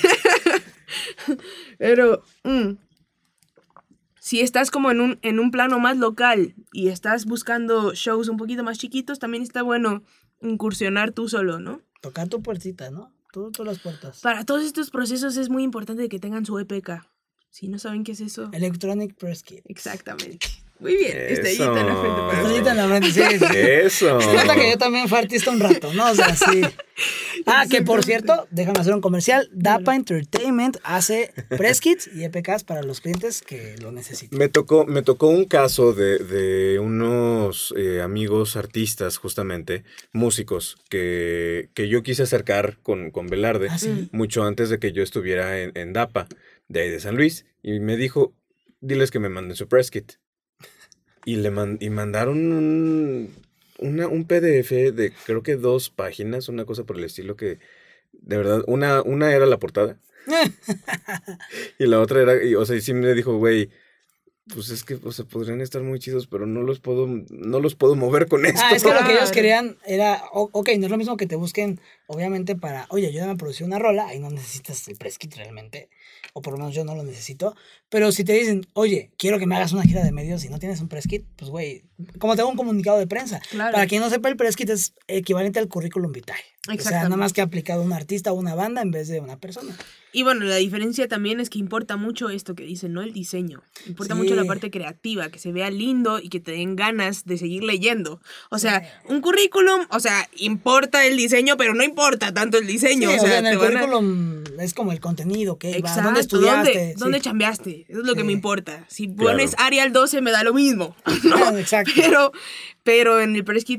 Pero, mm, si estás como en un, en un plano más local y estás buscando shows un poquito más chiquitos, también está bueno incursionar tú solo, ¿no? Tocar tu puertita, ¿no? Tú, tú las puertas. Para todos estos procesos es muy importante que tengan su E P K. Si no saben qué es eso, Electronic Press Kit. exactamente. Muy bien, Eso. estrellita en la frente. para Estrellita en la frente, sí, sí. Eso. Se nota que yo también fui artista un rato, ¿no? O sea, sí. Ah, que por cierto, déjame hacer un comercial. Dapa Entertainment hace press kits y E P Ks para los clientes que lo necesiten. Me tocó, me tocó un caso de, de unos eh, amigos artistas, justamente, músicos, que, que yo quise acercar con, con Velarde Ah, sí. mucho antes de que yo estuviera en, en Dapa, de ahí de San Luis. Y me dijo, diles que me manden su press kit. Y le man- y mandaron un, una, un P D F de creo que dos páginas, una cosa por el estilo que, de verdad, una, una era la portada. Y la otra era, y, o sea, y sí me dijo, güey, pues es que, o sea, podrían estar muy chidos, pero no los puedo, no los puedo mover con esto. Ah, es que lo que ellos Claro. querían era, o- ok, no es lo mismo que te busquen, obviamente, para, oye, ayúdame a producir una rola, ahí no necesitas el press kit realmente, o por lo menos yo no lo necesito, pero si te dicen, oye, quiero que me hagas una gira de medios y no tienes un press kit, pues güey, como te hago un comunicado de prensa. Claro. Para quien no sepa, el press kit es equivalente al currículum vitae. O sea, Exactamente. nada más que aplicado a un artista o una banda en vez de una persona. Y bueno, la diferencia también es que importa mucho esto que dicen, ¿no? El diseño. Importa Sí. mucho la parte creativa, que se vea lindo y que te den ganas de seguir leyendo. O sea, un currículum, o sea, importa el diseño, pero no importa tanto el diseño. Sí, o sea, en te el van a- currículum es como el contenido, que Exacto, dónde estudiaste. ¿dónde, sí. dónde chambeaste? Eso es lo que Sí. me importa. Si Claro. pones Arial doce me da lo mismo. Ah, exacto. Pero, pero en el press kit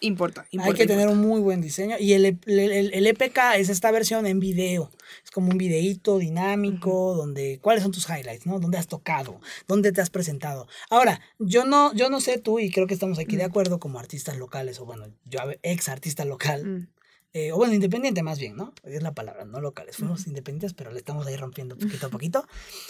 importa, importa. Hay que importa. tener un muy buen diseño. Y el, el, el, el E P K es esta versión en video. Es como un videíto dinámico, uh-huh. donde cuáles son tus highlights, ¿no? ¿Dónde has tocado? ¿Dónde te has presentado? Ahora, yo no, yo no sé tú, y creo que estamos aquí uh-huh. de acuerdo como artistas locales, o bueno, yo ex artista local, uh-huh. eh, o bueno, independiente más bien, ¿no? Es la palabra, no locales. Fuimos uh-huh. independientes, pero le estamos ahí rompiendo poquito a poquito.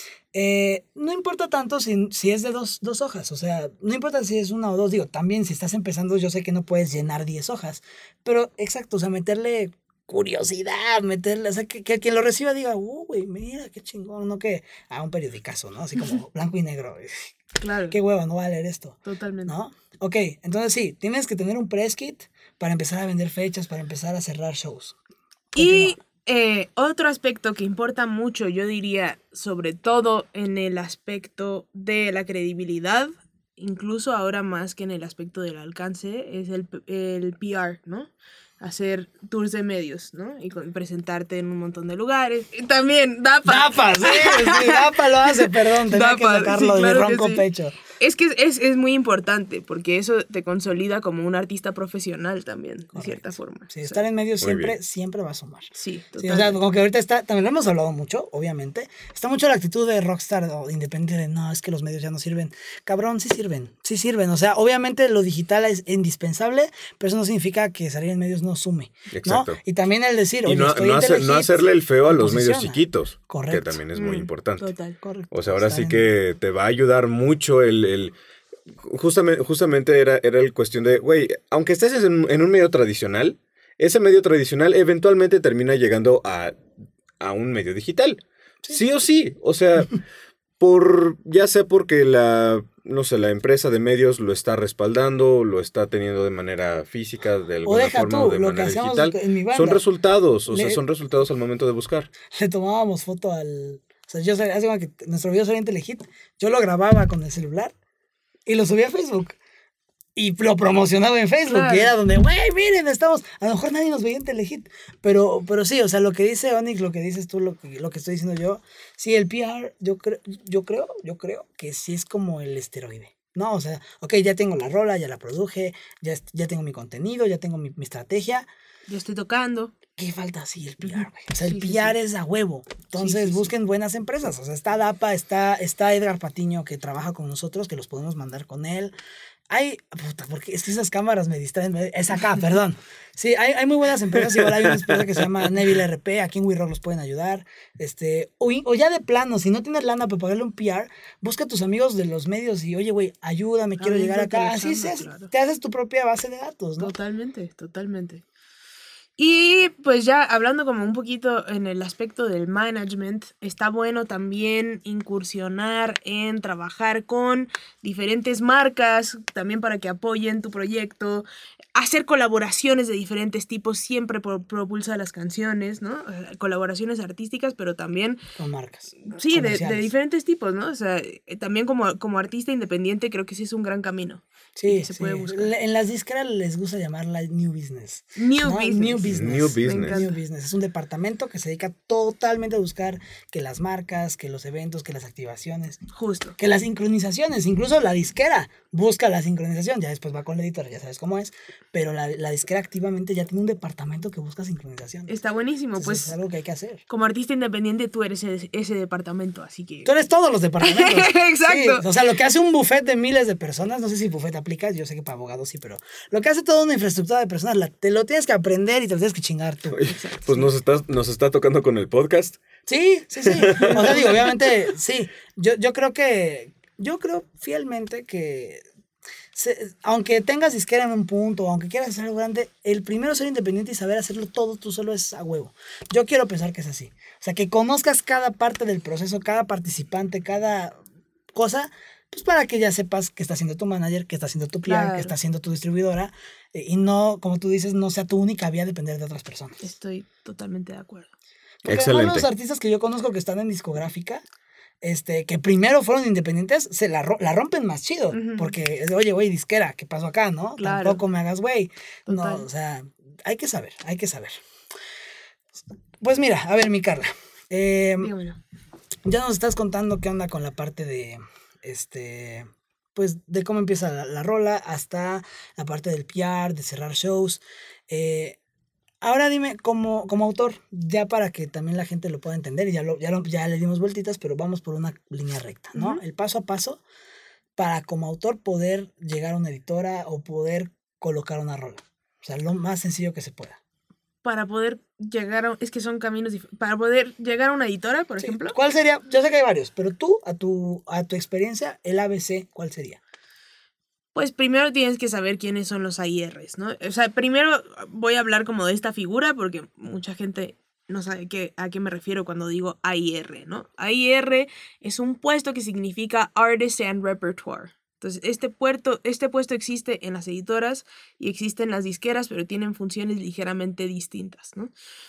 Eh, no importa tanto si, si es de dos, dos hojas, o sea, no importa si es una o dos, digo, también si estás empezando yo sé que no puedes llenar diez hojas, pero exacto, o sea, meterle curiosidad, meterle, o sea, que, que quien lo reciba diga, uh, güey, mira, qué chingón, no que a ah, un periodicazo, ¿no? Así como blanco y negro, claro. Qué hueva, no va a leer esto. Totalmente. ¿No? Ok, entonces sí, tienes que tener un press kit para empezar a vender fechas, para empezar a cerrar shows. Continúa. Y... Eh, otro aspecto que importa mucho, yo diría, sobre todo en el aspecto de la credibilidad, incluso ahora más que en el aspecto del alcance, es el, el P R, ¿no? Hacer tours de medios, ¿no? Y presentarte en un montón de lugares. Y también DAPA. DAPA, sí, sí, DAPA lo hace, perdón, tenía DAPA, que sacarlo, sí, claro de ronco sí. pecho. Es que es, es muy importante, porque eso te consolida como un artista profesional también, Correcto. De cierta forma. Sí, o sea, estar en medios siempre, siempre va a sumar. Sí, sí, o sea, como que ahorita está, también lo hemos hablado mucho, obviamente, está mucho la actitud de rockstar o independiente de, no, es que los medios ya no sirven. Cabrón, sí sirven, sí sirven, o sea, obviamente lo digital es indispensable, pero eso no significa que salir en medios no sume, Exacto. ¿no? Y también el decir, oye, y no, estoy no, en hacer, no hacerle el feo a los medios chiquitos, Correcto. que también es muy mm, importante. Total, correcto. O sea, ahora sí que te va a ayudar mucho el... el Justamente, justamente era, era el cuestión de, güey, aunque estés en, en un medio tradicional, ese medio tradicional eventualmente termina llegando a, a un medio digital. Sí. sí o sí. O sea, por ya sea porque la, no sé, la empresa de medios lo está respaldando, lo está teniendo de manera física, de alguna forma, tú, o de lo manera que digital. En mi banda, son resultados, o le, sea, son resultados al momento de buscar. Le tomábamos foto al... O sea, yo hace como que nuestro video salía en Telehit, yo lo grababa con el celular y lo subí a Facebook. Y lo promocionaba en Facebook, claro. Que era donde, güey, miren, estamos... A lo mejor nadie nos veía en Telehit. Pero, pero sí, o sea, lo que dice Onyx, lo que dices tú, lo que, lo que estoy diciendo yo, sí, el P R, yo, cre yo creo, yo creo que sí es como el esteroide. No, o sea, ok, ya tengo la rola, ya la produje, ya, ya tengo mi contenido, ya tengo mi, mi estrategia. Ya estoy tocando. ¿Qué falta? Sí, el P R, güey. O sea, el sí, P R sí, sí. es a huevo. Entonces, sí, sí, busquen sí. buenas empresas. O sea, está DAPA, está, está Edgar Patiño, que trabaja con nosotros, que los podemos mandar con él. Hay, puta, porque es que esas cámaras me distraen. Me, es acá, perdón. Sí, hay, hay muy buenas empresas. Igual hay una empresa que se llama Neville R P. Aquí en WeRock los pueden ayudar. Este, o, o ya de plano, si no tienes lana para pagarle un P R, busca a tus amigos de los medios y, oye, güey, ayúdame, quiero llegar acá. Así se hace, claro. Te haces tu propia base de datos, ¿no? Totalmente, totalmente. Y pues ya hablando como un poquito en el aspecto del management, está bueno también incursionar en trabajar con diferentes marcas, también para que apoyen tu proyecto, hacer colaboraciones de diferentes tipos, siempre pro propulsa las canciones, ¿no? Colaboraciones artísticas, pero también... Con marcas. Sí, de, de diferentes tipos, ¿no? O sea, también como, como artista independiente creo que sí es un gran camino. Sí, que se sí. puede buscar. En las disqueras les gusta llamarla New Business. New ¿no? Business. New Business. New Business. New Business. Es un departamento que se dedica totalmente a buscar que las marcas, que los eventos, que las activaciones. Justo. Que las sincronizaciones. Incluso la disquera busca la sincronización. Ya después va con la editora, ya sabes cómo es. Pero la, la disquera activamente ya tiene un departamento que busca sincronización. Está buenísimo. Entonces, pues es algo que hay que hacer. Como artista independiente tú eres ese, ese departamento, así que... Tú eres todos los departamentos. Exacto. Sí, o sea, lo que hace un buffet de miles de personas, no sé si buffet aplica, yo sé que para abogados sí, pero lo que hace toda una infraestructura de personas, la, te lo tienes que aprender y te lo tienes que chingar tú. Oye, pues nos está, nos está tocando con el podcast. Sí, sí, sí. O sea, digo, obviamente, sí. Yo, yo creo que, yo creo fielmente que, se, aunque tengas disquera en un punto, aunque quieras hacer algo grande, el primero ser independiente y saber hacerlo todo tú solo es a huevo. Yo quiero pensar que es así. O sea, que conozcas cada parte del proceso, cada participante, cada cosa, pues para que ya sepas qué está haciendo tu manager, qué está haciendo tu P R, claro. qué está haciendo tu distribuidora, eh, y no, como tú dices, no sea tu única vía depender de otras personas. Estoy totalmente de acuerdo. Porque excelente. Algunos artistas que yo conozco que están en discográfica, este, que primero fueron independientes, se la, ro la rompen más chido. Uh-huh. Porque, oye, güey, disquera, ¿qué pasó acá, no? Claro. Tampoco me hagas güey. No, o sea, hay que saber, hay que saber. Pues mira, a ver, mi Carla. Eh, Dígamelo. Ya nos estás contando qué onda con la parte de, este, pues, de cómo empieza la, la rola hasta la parte del P R, de cerrar shows. Eh, ahora dime, como, como autor, ya para que también la gente lo pueda entender, y ya, lo, ya, lo, ya le dimos vueltitas, pero vamos por una línea recta, ¿no? Uh-huh. El paso a paso para como autor poder llegar a una editora o poder colocar una rola. O sea, lo más sencillo que se pueda. Para poder llegar a... Es que son caminos diferentes. Para poder llegar a una editora, por sí. ejemplo. ¿Cuál sería? Yo sé que hay varios, pero tú, a tu, a tu experiencia, el A B C, ¿cuál sería? Pues primero tienes que saber quiénes son los A I Rs, ¿no? O sea, primero voy a hablar como de esta figura porque mucha gente no sabe qué, a qué me refiero cuando digo A I R, ¿no? A I R es un puesto que significa Artisan Repertoire. Entonces, este, puerto, este puesto existe en las editoras y existe en las disqueras, pero tienen funciones ligeramente distintas, ¿no?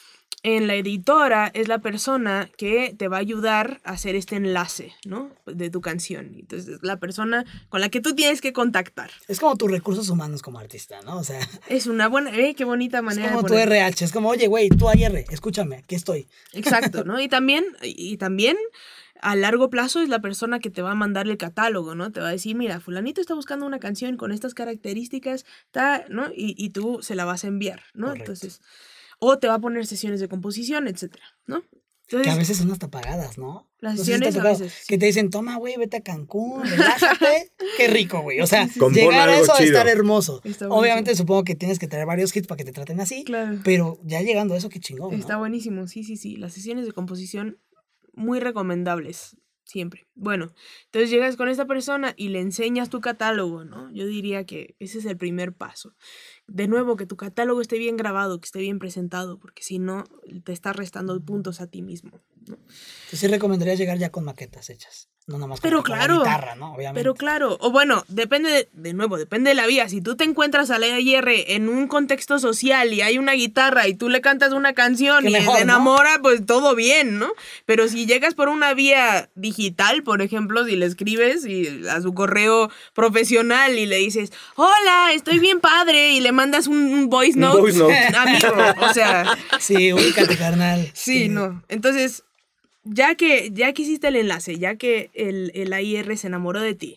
En la editora es la persona que te va a ayudar a hacer este enlace, ¿no? De tu canción. Entonces, es la persona con la que tú tienes que contactar. Es como tus recursos humanos como artista, ¿no? O sea... Es una buena... Eh, qué bonita manera de poner. Es como tu R H. Es como, oye, güey, tú A I R, escúchame, aquí estoy. Exacto, ¿no? Y también... Y también a largo plazo es la persona que te va a mandar el catálogo, ¿no? Te va a decir, mira, fulanito está buscando una canción con estas características, ta, ¿no? Y, y tú se la vas a enviar, ¿no? Correcto. Entonces, o te va a poner sesiones de composición, etcétera, ¿no? Entonces, que a veces son hasta pagadas, ¿no? Las no sesiones sé si a veces. Que te dicen, toma, güey, vete a Cancún, relájate. Qué rico, güey. O sea, sí, sí. llegar a eso chido. a estar hermoso. Está Obviamente buenísimo. Supongo que tienes que traer varios hits para que te traten así. Claro. Pero ya llegando a eso, qué chingón, Está ¿no? buenísimo, sí, sí, sí. Las sesiones de composición muy recomendables. Siempre. Bueno, entonces llegas con esta persona y le enseñas tu catálogo, ¿no? Yo diría que ese es el primer paso. De nuevo, que tu catálogo esté bien grabado, que esté bien presentado, porque si no, te estás restando puntos a ti mismo, ¿no? Entonces sí recomendaría llegar ya con maquetas hechas. No nada más con, pero con claro, la guitarra, ¿no? Obviamente. Pero claro, o bueno, depende, de, de nuevo, depende de la vía. Si tú te encuentras a la A I R en un contexto social y hay una guitarra y tú le cantas una canción y mejor, se enamora, ¿no? Pues todo bien, ¿no? Pero si llegas por una vía digital, por ejemplo, si le escribes y a su correo profesional y le dices, hola, estoy bien padre, y le mandas un, un voice note, un voice note. amigo, o sea... Sí, ubícate, carnal. Sí, sí, no. Entonces... Ya que, ya que hiciste el enlace, ya que el, el A I R se enamoró de ti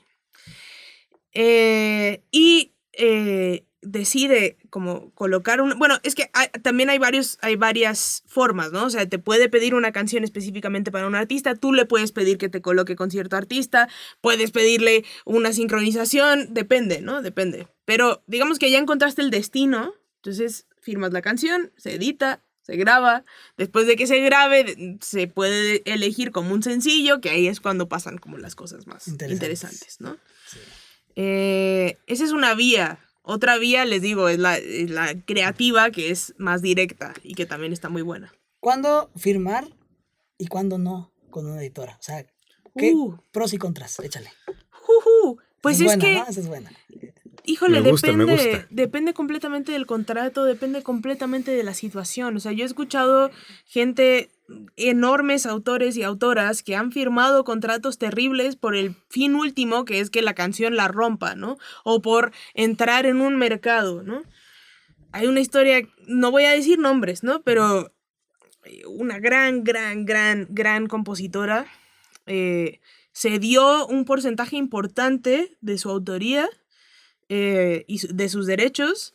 eh, y eh, decide como colocar un... Bueno, es que hay, también hay, varios, hay varias formas, ¿no? O sea, te puede pedir una canción específicamente para un artista, tú le puedes pedir que te coloque con cierto artista, puedes pedirle una sincronización, depende, ¿no? Depende. Pero digamos que ya encontraste el destino, entonces firmas la canción, se edita, se graba, después de que se grabe se puede elegir como un sencillo, que ahí es cuando pasan como las cosas más interesantes, interesantes ¿no? Sí. Eh, esa es una vía. Otra vía, les digo, es la, es la creativa, que es más directa y que también está muy buena. ¿Cuándo firmar y cuándo no con una editora? O sea, ¿qué uh. pros y contras? Échale. Uh, uh. Pues es, es buena, que... ¿no? Esa es buena. Híjole, me gusta, depende, me gusta. depende completamente del contrato, depende completamente de la situación. O sea, yo he escuchado gente, enormes autores y autoras que han firmado contratos terribles por el fin último, que es que la canción la rompa, ¿no? O por entrar en un mercado, ¿no? Hay una historia, no voy a decir nombres, ¿no? Pero una gran, gran, gran, gran compositora eh, se dio un porcentaje importante de su autoría Eh, y de sus derechos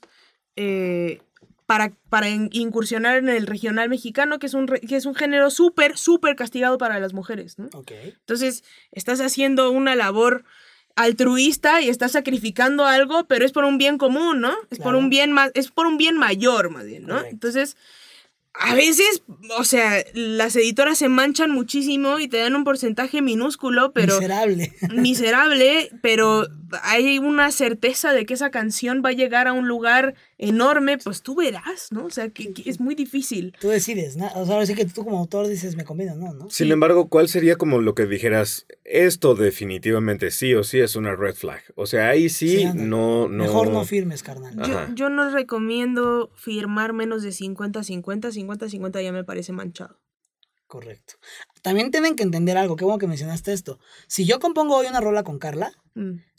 eh, para, para incursionar en el regional mexicano, que es un, que es un género súper, súper castigado para las mujeres, ¿no? Okay. Entonces, estás haciendo una labor altruista y estás sacrificando algo, pero es por un bien común, ¿no? Es, claro. por, un bien más, es por un bien mayor, más bien, ¿no? Correcto. Entonces... A veces, o sea, las editoras se manchan muchísimo y te dan un porcentaje minúsculo, pero... Miserable. Miserable, pero hay una certeza de que esa canción va a llegar a un lugar enorme, pues tú verás, ¿no? O sea, que, que es muy difícil. Tú decides, ¿no? O sea, ahora sí que tú como autor dices, me conviene o no, ¿no? Sin sí. embargo, ¿cuál sería como lo que dijeras, esto definitivamente sí o sí es una red flag? O sea, ahí sí, sí no, no... Mejor no firmes, carnal. Yo, yo no recomiendo firmar menos de cincuenta cincuenta, cincuenta cincuenta ya me parece manchado. Correcto. También tienen que entender algo, qué bueno que mencionaste esto. Si yo compongo hoy una rola con Carla, mm.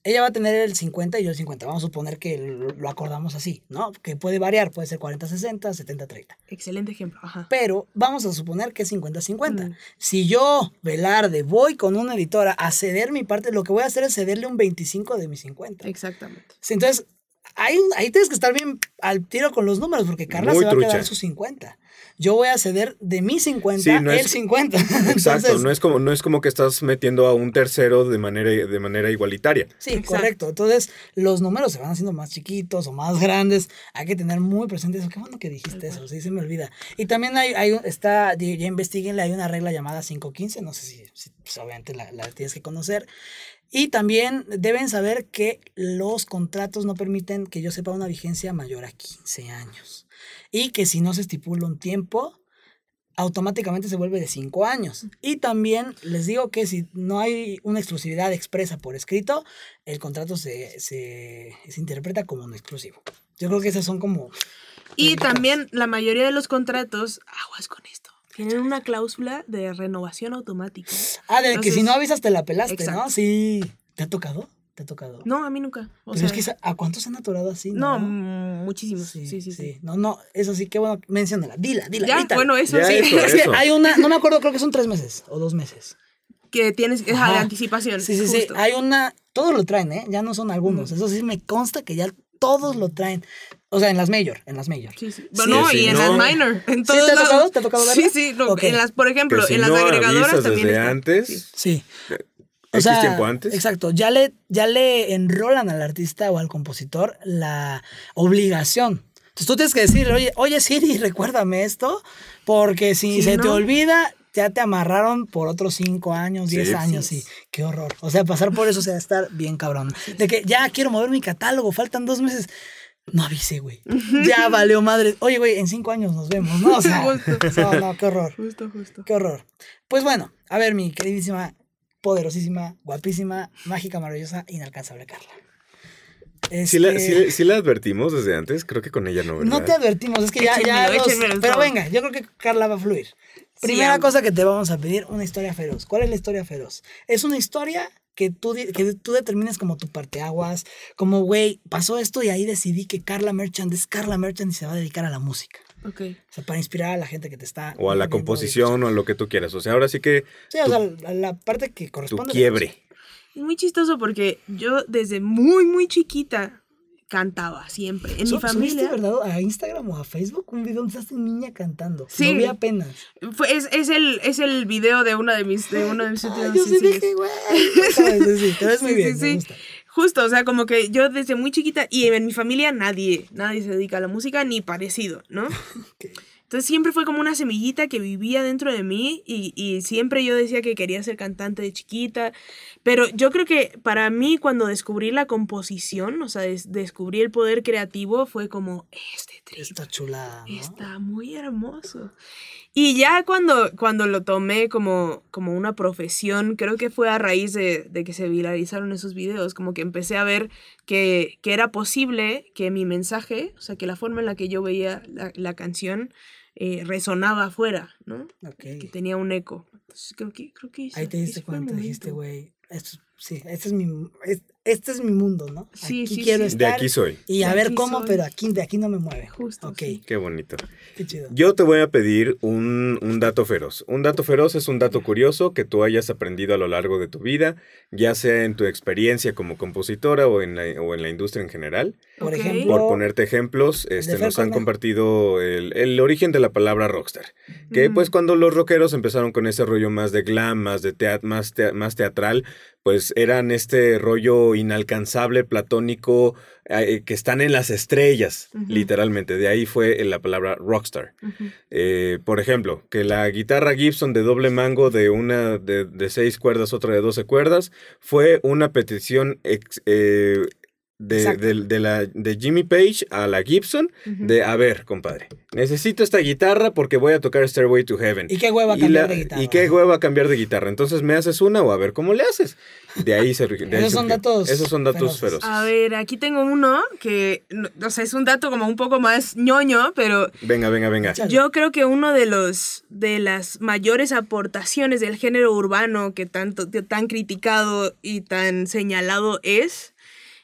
ella va a tener el cincuenta y yo el cincuenta. Vamos a suponer que lo, lo acordamos así, ¿no? Que puede variar, puede ser cuarenta sesenta, setenta treinta. Excelente ejemplo, ajá. Pero vamos a suponer que es cincuenta cincuenta. Mm. Si yo, Velarde, voy con una editora a ceder mi parte, lo que voy a hacer es cederle un veinticinco de mis cincuenta. Exactamente. Sí, entonces, ahí, ahí tienes que estar bien al tiro con los números, porque Carla Muy se va trucha. a quedar sus cincuenta. Yo voy a ceder de mis cincuenta Sí, no el es- cincuenta. Exacto, Entonces, no es como no es como que estás metiendo a un tercero de manera de manera igualitaria. sí, Exacto. correcto. Entonces, los números se van haciendo más chiquitos o más grandes. Hay que tener muy presente eso. Qué bueno que dijiste eso, sí, se me olvida. Y también hay, hay un- está, ya investiguenle, hay una regla llamada cinco quince, no sé si, si, pues, obviamente la, la tienes que conocer. Y también deben saber que los contratos no permiten que yo sepa una vigencia mayor a quince años. Y que si no se estipula un tiempo, automáticamente se vuelve de cinco años. Y también les digo que si no hay una exclusividad expresa por escrito, el contrato se, se, se interpreta como no exclusivo. Yo creo que esas son como... Y también la mayoría de los contratos, aguas con esto, tienen una cláusula de renovación automática. Ah, de que Entonces, si no avisas te la pelaste, exacto. ¿no? Sí. ¿Te ha tocado? ¿Te ha tocado? No, a mí nunca. O Pero sea, es que esa- ¿a cuántos han atorado así? no, mm, muchísimos. Sí, sí, sí. No, no, eso sí, qué bueno. Menciónala, dila, dila. Ya, grítala. bueno, eso Ya, sí. eso, Es que eso. hay una, no me acuerdo, creo que son tres meses o dos meses. Que tienes esa Ajá. de anticipación. Sí, sí, sí. justo. Hay una, todos lo traen, ¿eh? Ya no son algunos. Mm. Eso sí me consta que ya todos lo traen. O sea, en las major, en las major. Sí, sí. Bueno, Sí, y sí, en no. las minor. En ¿Sí todos te ha lados. tocado? ¿Te ha tocado verla? Sí, sí. no, Ok. en las, por ejemplo, Que si en las no agregadoras avisas también desde está. antes, Sí. Sí. O X sea, tiempo antes. Exacto, ya le, ya le enrolan al artista o al compositor la obligación. Entonces tú tienes que decir, oye, oye Siri, recuérdame esto, porque si Sí, se te ¿no? olvida, ya te amarraron por otros cinco años, diez Sí. años, Sí. y qué horror. O sea, pasar por eso o sea estar bien cabrón. De que ya quiero mover mi catálogo, faltan dos meses. No avise, güey. Ya valió madre. Oye, güey, en cinco años nos vemos, ¿no? O sea, Justo. no, no, qué horror. Justo, justo. Qué horror. Pues bueno, a ver, mi queridísima, poderosísima, guapísima, mágica, maravillosa, inalcanzable Carla. Sí la, Este, sí- sí la advertimos desde antes, creo que con ella no, ¿verdad? no te advertimos, es que ya, ya Échenmelo, los- échenmelo pero todo. venga, yo creo que Carla va a fluir. Primera amo. cosa que te vamos a pedir, una historia feroz. ¿Cuál es la historia feroz? Es una historia que tú, di- que tú determines como tu parteaguas, como, güey, pasó esto y ahí decidí que Carla Merchant es Carla Merchant y se va a dedicar a la música. Ok. O sea, para inspirar a la gente que te está... O a la viendo y composición o a lo que tú quieras. O sea, ahora sí que Sí, o sea, la, la parte que tu corresponde. a la quiebre. Es muy chistoso porque yo desde muy, muy chiquita cantaba siempre. En Su- mi familia. ¿Subiste, verdad, a Instagram o a Facebook un video donde estás una niña cantando? Sí. Lo vi apenas. Fue, es, es, el, es el video de una de mis, de uno de mis Ay, últimos yo sí sencillos. dije, güey. ¿Sabes? Sí, sí, te ves muy Sí, bien, sí, me sí. gusta. Justo, o sea, como que yo desde muy chiquita, y en mi familia nadie, nadie se dedica a la música ni parecido, ¿no? Entonces siempre fue como una semillita que vivía dentro de mí y, y siempre yo decía que quería ser cantante de chiquita, pero yo creo que para mí cuando descubrí la composición, o sea, des- descubrí el poder creativo, fue como, este trip Está chulada, ¿no? está muy hermoso. Y ya cuando, cuando lo tomé como, como una profesión, creo que fue a raíz de, de que se viralizaron esos videos, como que empecé a ver que, que era posible que mi mensaje, o sea, que la forma en la que yo veía la, la canción eh, resonaba afuera, ¿no? Ok. Que tenía un eco. Entonces creo que, creo que Ahí te ese- diste ese fue el cuenta, dijiste, momento. güey, esto- sí, este es mi, es- este es mi mundo, ¿no? Sí, aquí sí, quiero sí. De estar. aquí soy. Y a De ver aquí cómo, soy. pero aquí, de aquí no me mueve. Justo, Ok, sí. Qué bonito. qué chido. Yo te voy a pedir un, un dato feroz. Un dato feroz es un dato curioso que tú hayas aprendido a lo largo de tu vida, ya sea en tu experiencia como compositora o en la, o en la industria en general. Por Ok. ejemplo, Por ponerte ejemplos, este, Fer nos han Cornejo. compartido el, el origen de la palabra rockstar. Que Mm. pues cuando los rockeros empezaron con ese rollo más de glam, más, de tea- más, tea- más teatral, pues eran este rollo inalcanzable, platónico, eh, que están en las estrellas, Ujú. literalmente. De ahí fue la palabra rockstar. Ujú. Eh, por ejemplo, que la guitarra Gibson de doble mango de una de, de seis cuerdas, otra de doce cuerdas, fue una petición ex- eh, de, Exacto. de- de la, de Jimmy Page a la Gibson Ujú. de, a ver, compadre, necesito esta guitarra porque voy a tocar Stairway to Heaven. ¿y qué hueva Y cambiar la- de guitarra? ¿Y qué hueva cambiar de guitarra? Entonces me haces una o a ver cómo le haces. De ahí se de ahí Esos son surgió. datos Esos son datos feroces. feroces. A ver, aquí tengo uno que, no- o sea, es un dato como un poco más ñoño, pero Venga, venga, venga. Échale. yo creo que uno de los de las mayores aportaciones del género urbano que tanto tan criticado y tan señalado es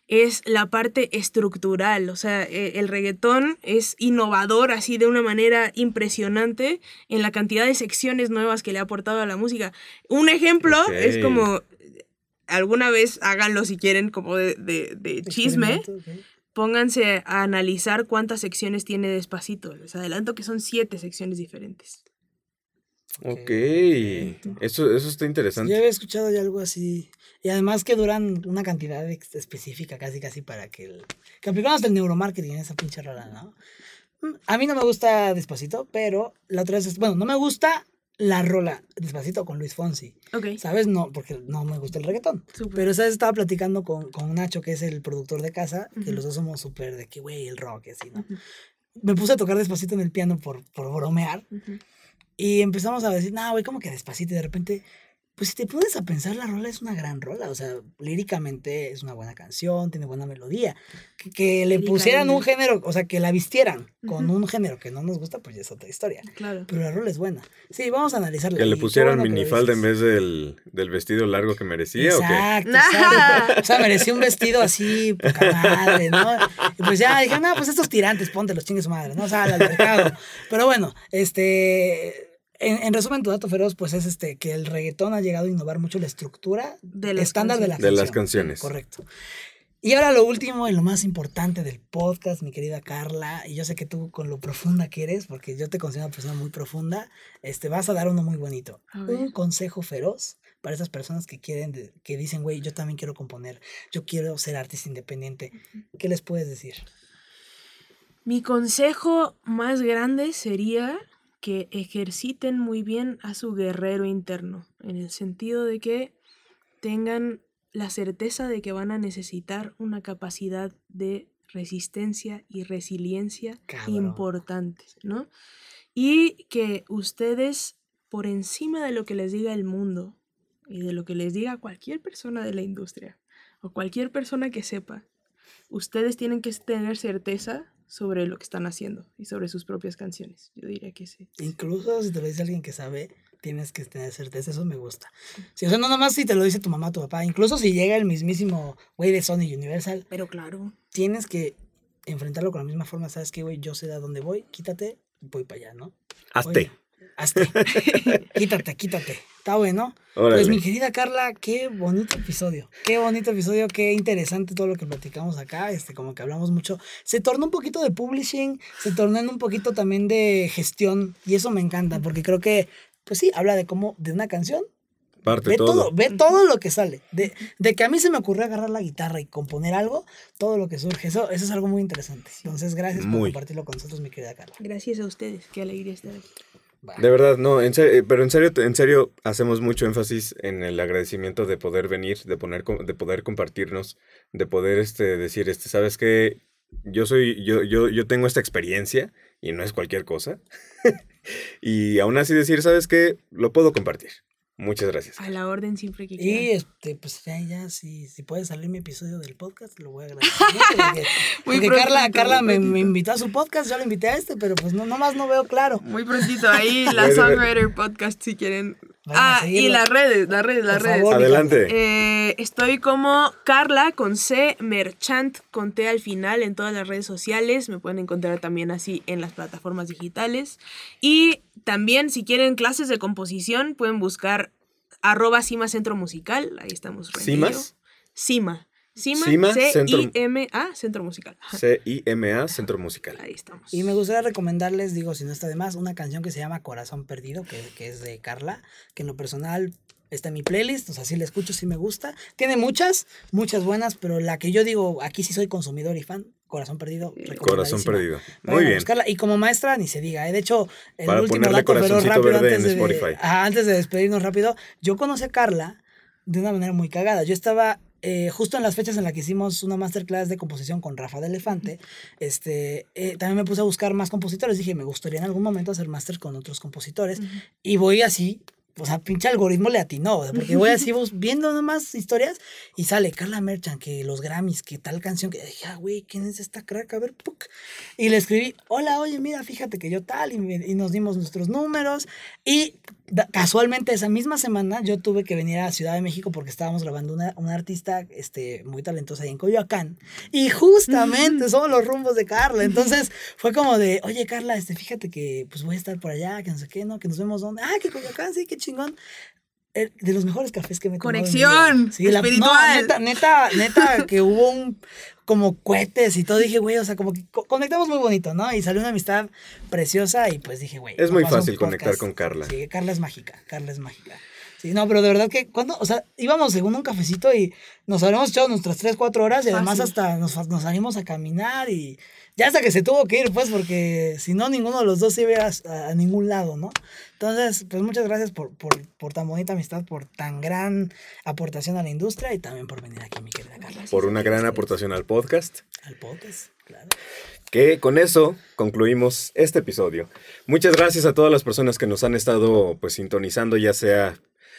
es la parte estructural. O sea, eh, el reggaetón es innovador así de una manera impresionante en la cantidad de secciones nuevas que le ha aportado a la música. Un ejemplo Ok. es como, alguna vez háganlo si quieren, como de, de, de chisme, Experimento, ok. pónganse a analizar cuántas secciones tiene Despacito. Les adelanto que son siete secciones diferentes. Ok, perfecto. eso, eso está Yo interesante. había escuchado ya algo así. Y además que duran una cantidad ex- específica, casi casi para que el. Que aplicamos hasta el neuromarketing en esa pinche rola, ¿no? Mm, A mí no me gusta Despacito, pero la otra vez. es- Bueno, no me gusta la rola Despacito con Luis Fonsi. Ok, ¿Sabes? No, porque no me gusta el reggaetón. súper. Pero esa vez estaba platicando con, con Nacho, que es el productor de casa, que Ujú. los dos somos súper de que, güey, el rock y así, ¿no? Ujú, Me puse a tocar Despacito en el piano por, por bromear. ujú. Y empezamos a decir, no, güey, como que Despacito. Y de repente, pues si te pones a pensar, la rola es una gran rola. O sea, líricamente es una buena canción, tiene buena melodía. Que, que le pusieran un género, o sea, que la vistieran con Ujú. un género que no nos gusta, pues ya es otra historia. Claro. Pero la rola es buena. Sí, vamos a analizarla. Que y le qué pusieran bueno que lo minifalda en dices. vez del, del vestido largo que merecía, ¿o qué? Exacto, exacto. O sea, merecía un vestido así, poca madre, ¿no? Y pues ya dije, no, pues estos tirantes, ponte los chingues su madre, ¿no? O sea, al mercado. Pero bueno, este. En, en resumen, tu dato feroz, pues es este que el reggaetón ha llegado a innovar mucho la estructura De las estándar de la canciones. De las canción. canciones. Correcto. Y ahora lo último y lo más importante del podcast, mi querida Carla, y yo sé que tú con lo profunda que eres, porque yo te considero una persona muy profunda, este, vas a dar uno muy bonito. A ver. Un consejo feroz para esas personas que quieren, de- que dicen, güey, yo también quiero componer, yo quiero ser artista independiente. ¿Qué les puedes decir? Mi consejo más grande sería que ejerciten muy bien a su guerrero interno, en el sentido de que tengan la certeza de que van a necesitar una capacidad de resistencia y resiliencia Cabrón. importantes, ¿no? Y que ustedes, por encima de lo que les diga el mundo y de lo que les diga cualquier persona de la industria o cualquier persona que sepa, ustedes tienen que tener certeza sobre lo que están haciendo y sobre sus propias canciones. Yo diría que sí. Incluso si te lo dice alguien que sabe, tienes que tener certeza, eso me gusta. Sí, o sea, no nomás si te lo dice tu mamá, tu papá, incluso si llega el mismísimo güey de Sony Universal, Pero claro, tienes que enfrentarlo con la misma forma, ¿sabes qué, güey? Yo sé a dónde voy, quítate, voy para allá, ¿no? Hazte. Oye, hazte. Quítate, quítate. Está bueno. Órale. Pues mi querida Carla, qué bonito episodio. Qué bonito episodio, qué interesante todo lo que platicamos acá. Este, como que hablamos mucho. Se tornó un poquito de publishing, se tornó en un poquito también de gestión. Y eso me encanta, porque creo que, pues sí, habla de cómo, de una canción. Parte Ve todo. todo, ve todo lo que sale. De, de que a mí se me ocurrió agarrar la guitarra y componer algo, todo lo que surge. Eso, eso es algo muy interesante. Entonces, gracias por Muy. compartirlo con nosotros, mi querida Carla. gracias a ustedes. Qué alegría estar aquí. Va. De verdad, no, en serio, pero en serio, en serio, hacemos mucho énfasis en el agradecimiento de poder venir, de poner, co- de poder compartirnos, de poder, este, decir, este, ¿sabes qué? Yo soy, yo, yo, yo tengo esta experiencia y no es cualquier cosa. Y aún así decir, ¿sabes qué? Lo puedo compartir. Muchas gracias. A la orden siempre que Y quieran. este, pues ya, ya, si, si puede salir mi episodio del podcast, lo voy a agradecer mucho. Porque, Muy porque prontito, Carla, Carla muy me, prontito. me invitó a su podcast, yo la invité a este, pero pues no, nomás no veo claro. Muy prontito ahí la Bueno, Songwriter Podcast si quieren. Vayan a Ah, y seguirla. las redes, las redes, las Por redes. favor. Adelante. Eh, estoy como Carla con C, Merchant con T al final en todas las redes sociales. Me pueden encontrar también así en las plataformas digitales. Y también si quieren clases de composición pueden buscar arroba Cima Centro Musical. Ahí estamos. Renillo. ¿Cimas? Cima. Cima, Cima, C Centro- I M A, Centro Musical. Ajá. C I M A, Centro Musical. Ahí estamos. Y me gustaría recomendarles, digo, si no está de más, una canción que se llama Corazón Perdido, que, que es de Carla, que en lo personal está en mi playlist, o sea, sí la escucho, sí me gusta. Tiene muchas, muchas buenas, pero la que yo digo, aquí sí soy consumidor y fan, Corazón Perdido. Corazón recomendadísima. perdido. Vayan Muy a bien. buscarla. Y como maestra, ni se diga. ¿eh? De hecho, el Para último ponerle dato, pero corazoncito rápido, verde antes en de, Spotify. ajá, antes de despedirnos rápido, yo conocí a Carla de una manera muy cagada. Yo estaba eh, justo en las fechas en las que hicimos una masterclass de composición con Rafa de Elefante. este, eh, también me puse a buscar más compositores. Dije, me gustaría en algún momento hacer máster con otros compositores. Ujú. Y voy así, o sea, pinche algoritmo le atinó, o sea, porque voy así bus- viendo nomás historias y sale Carla Merchant, que los Grammys, que tal canción, que dije, ah, güey, ¿quién es esta crack? A ver, puc. Y le escribí, hola, oye, mira, fíjate que yo tal, y, me- y nos dimos nuestros números, y da, casualmente esa misma semana yo tuve que venir a Ciudad de México porque estábamos grabando una, una artista este, muy talentosa ahí en Coyoacán. Y justamente uh-huh. son los rumbos de Carla. Entonces fue como de, oye Carla, este, fíjate que pues voy a estar por allá, que no sé qué, ¿no? Que nos vemos donde. Ah, que Coyoacán, sí, qué chingón. De los mejores cafés que me he tomado. Conexión sí, espiritual. La, no, neta, neta, neta, que hubo un como cohetes y todo. Dije, güey, o sea, como que co- conectamos muy bonito, ¿no? Y salió una amistad preciosa y pues dije, güey. Es muy fácil conectar con Carla. Sí, Carla es mágica, Carla es mágica. Sí, no, pero de verdad que cuando, o sea, íbamos según un cafecito y nos habíamos echado nuestras tres, cuatro horas y además Fácil. hasta nos, nos salimos a caminar y ya hasta que se tuvo que ir, pues, porque si no, ninguno de los dos se iba a, a ningún lado, ¿no? Entonces, pues muchas gracias por, por, por tan bonita amistad, por tan gran aportación a la industria y también por venir aquí, mi querida Carla. Por una gran aportación al podcast. Al podcast, claro. Que con eso concluimos este episodio. Muchas gracias a todas las personas que nos han estado, pues, sintonizando, ya sea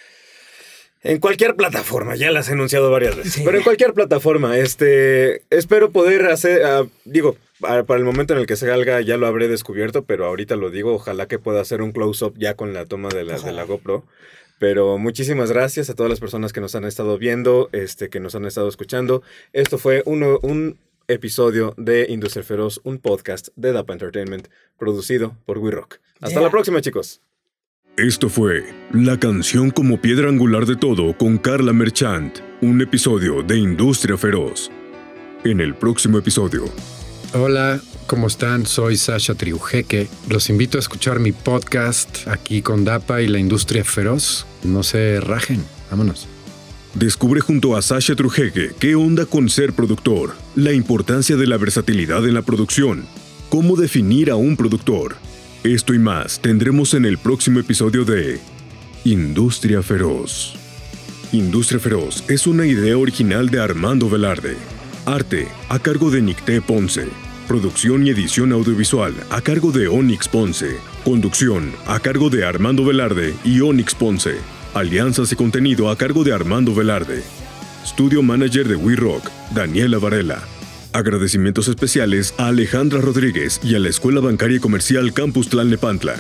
en cualquier plataforma, ya las he anunciado varias veces, sí. pero en cualquier plataforma, este, espero poder hacer, uh, digo, para, para el momento en el que salga ya lo habré descubierto, pero ahorita lo digo, ojalá que pueda hacer un close-up ya con la toma de la, de la GoPro, pero muchísimas gracias a todas las personas que nos han estado viendo, este, que nos han estado escuchando. Esto fue uno, un episodio de Industria Feroz, un podcast de Dapa Entertainment, producido por We Rock. Hasta yeah. la próxima, chicos. Esto fue La canción como piedra angular de todo con Carla Merchant, un episodio de Industria Feroz. En el próximo episodio. Hola, ¿cómo están? Soy Sasha Triujeque. Los invito a escuchar mi podcast aquí con Dapa y la Industria Feroz. No se rajen, vámonos. Descubre junto a Sasha Triujeque qué onda con ser productor, la importancia de la versatilidad en la producción, cómo definir a un productor. Esto y más tendremos en el próximo episodio de Industria Feroz. Industria Feroz es una idea original de Armando Velarde. Arte a cargo de Nicté Ponce. Producción y edición audiovisual a cargo de Onyx Ponce. Conducción a cargo de Armando Velarde y Onyx Ponce. Alianzas y contenido a cargo de Armando Velarde. Studio Manager de We Rock, Daniela Varela. Agradecimientos especiales a Alejandra Rodríguez y a la Escuela Bancaria y Comercial Campus Tlalnepantla.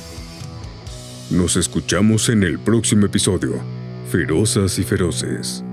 Nos escuchamos en el próximo episodio. Ferozas y feroces.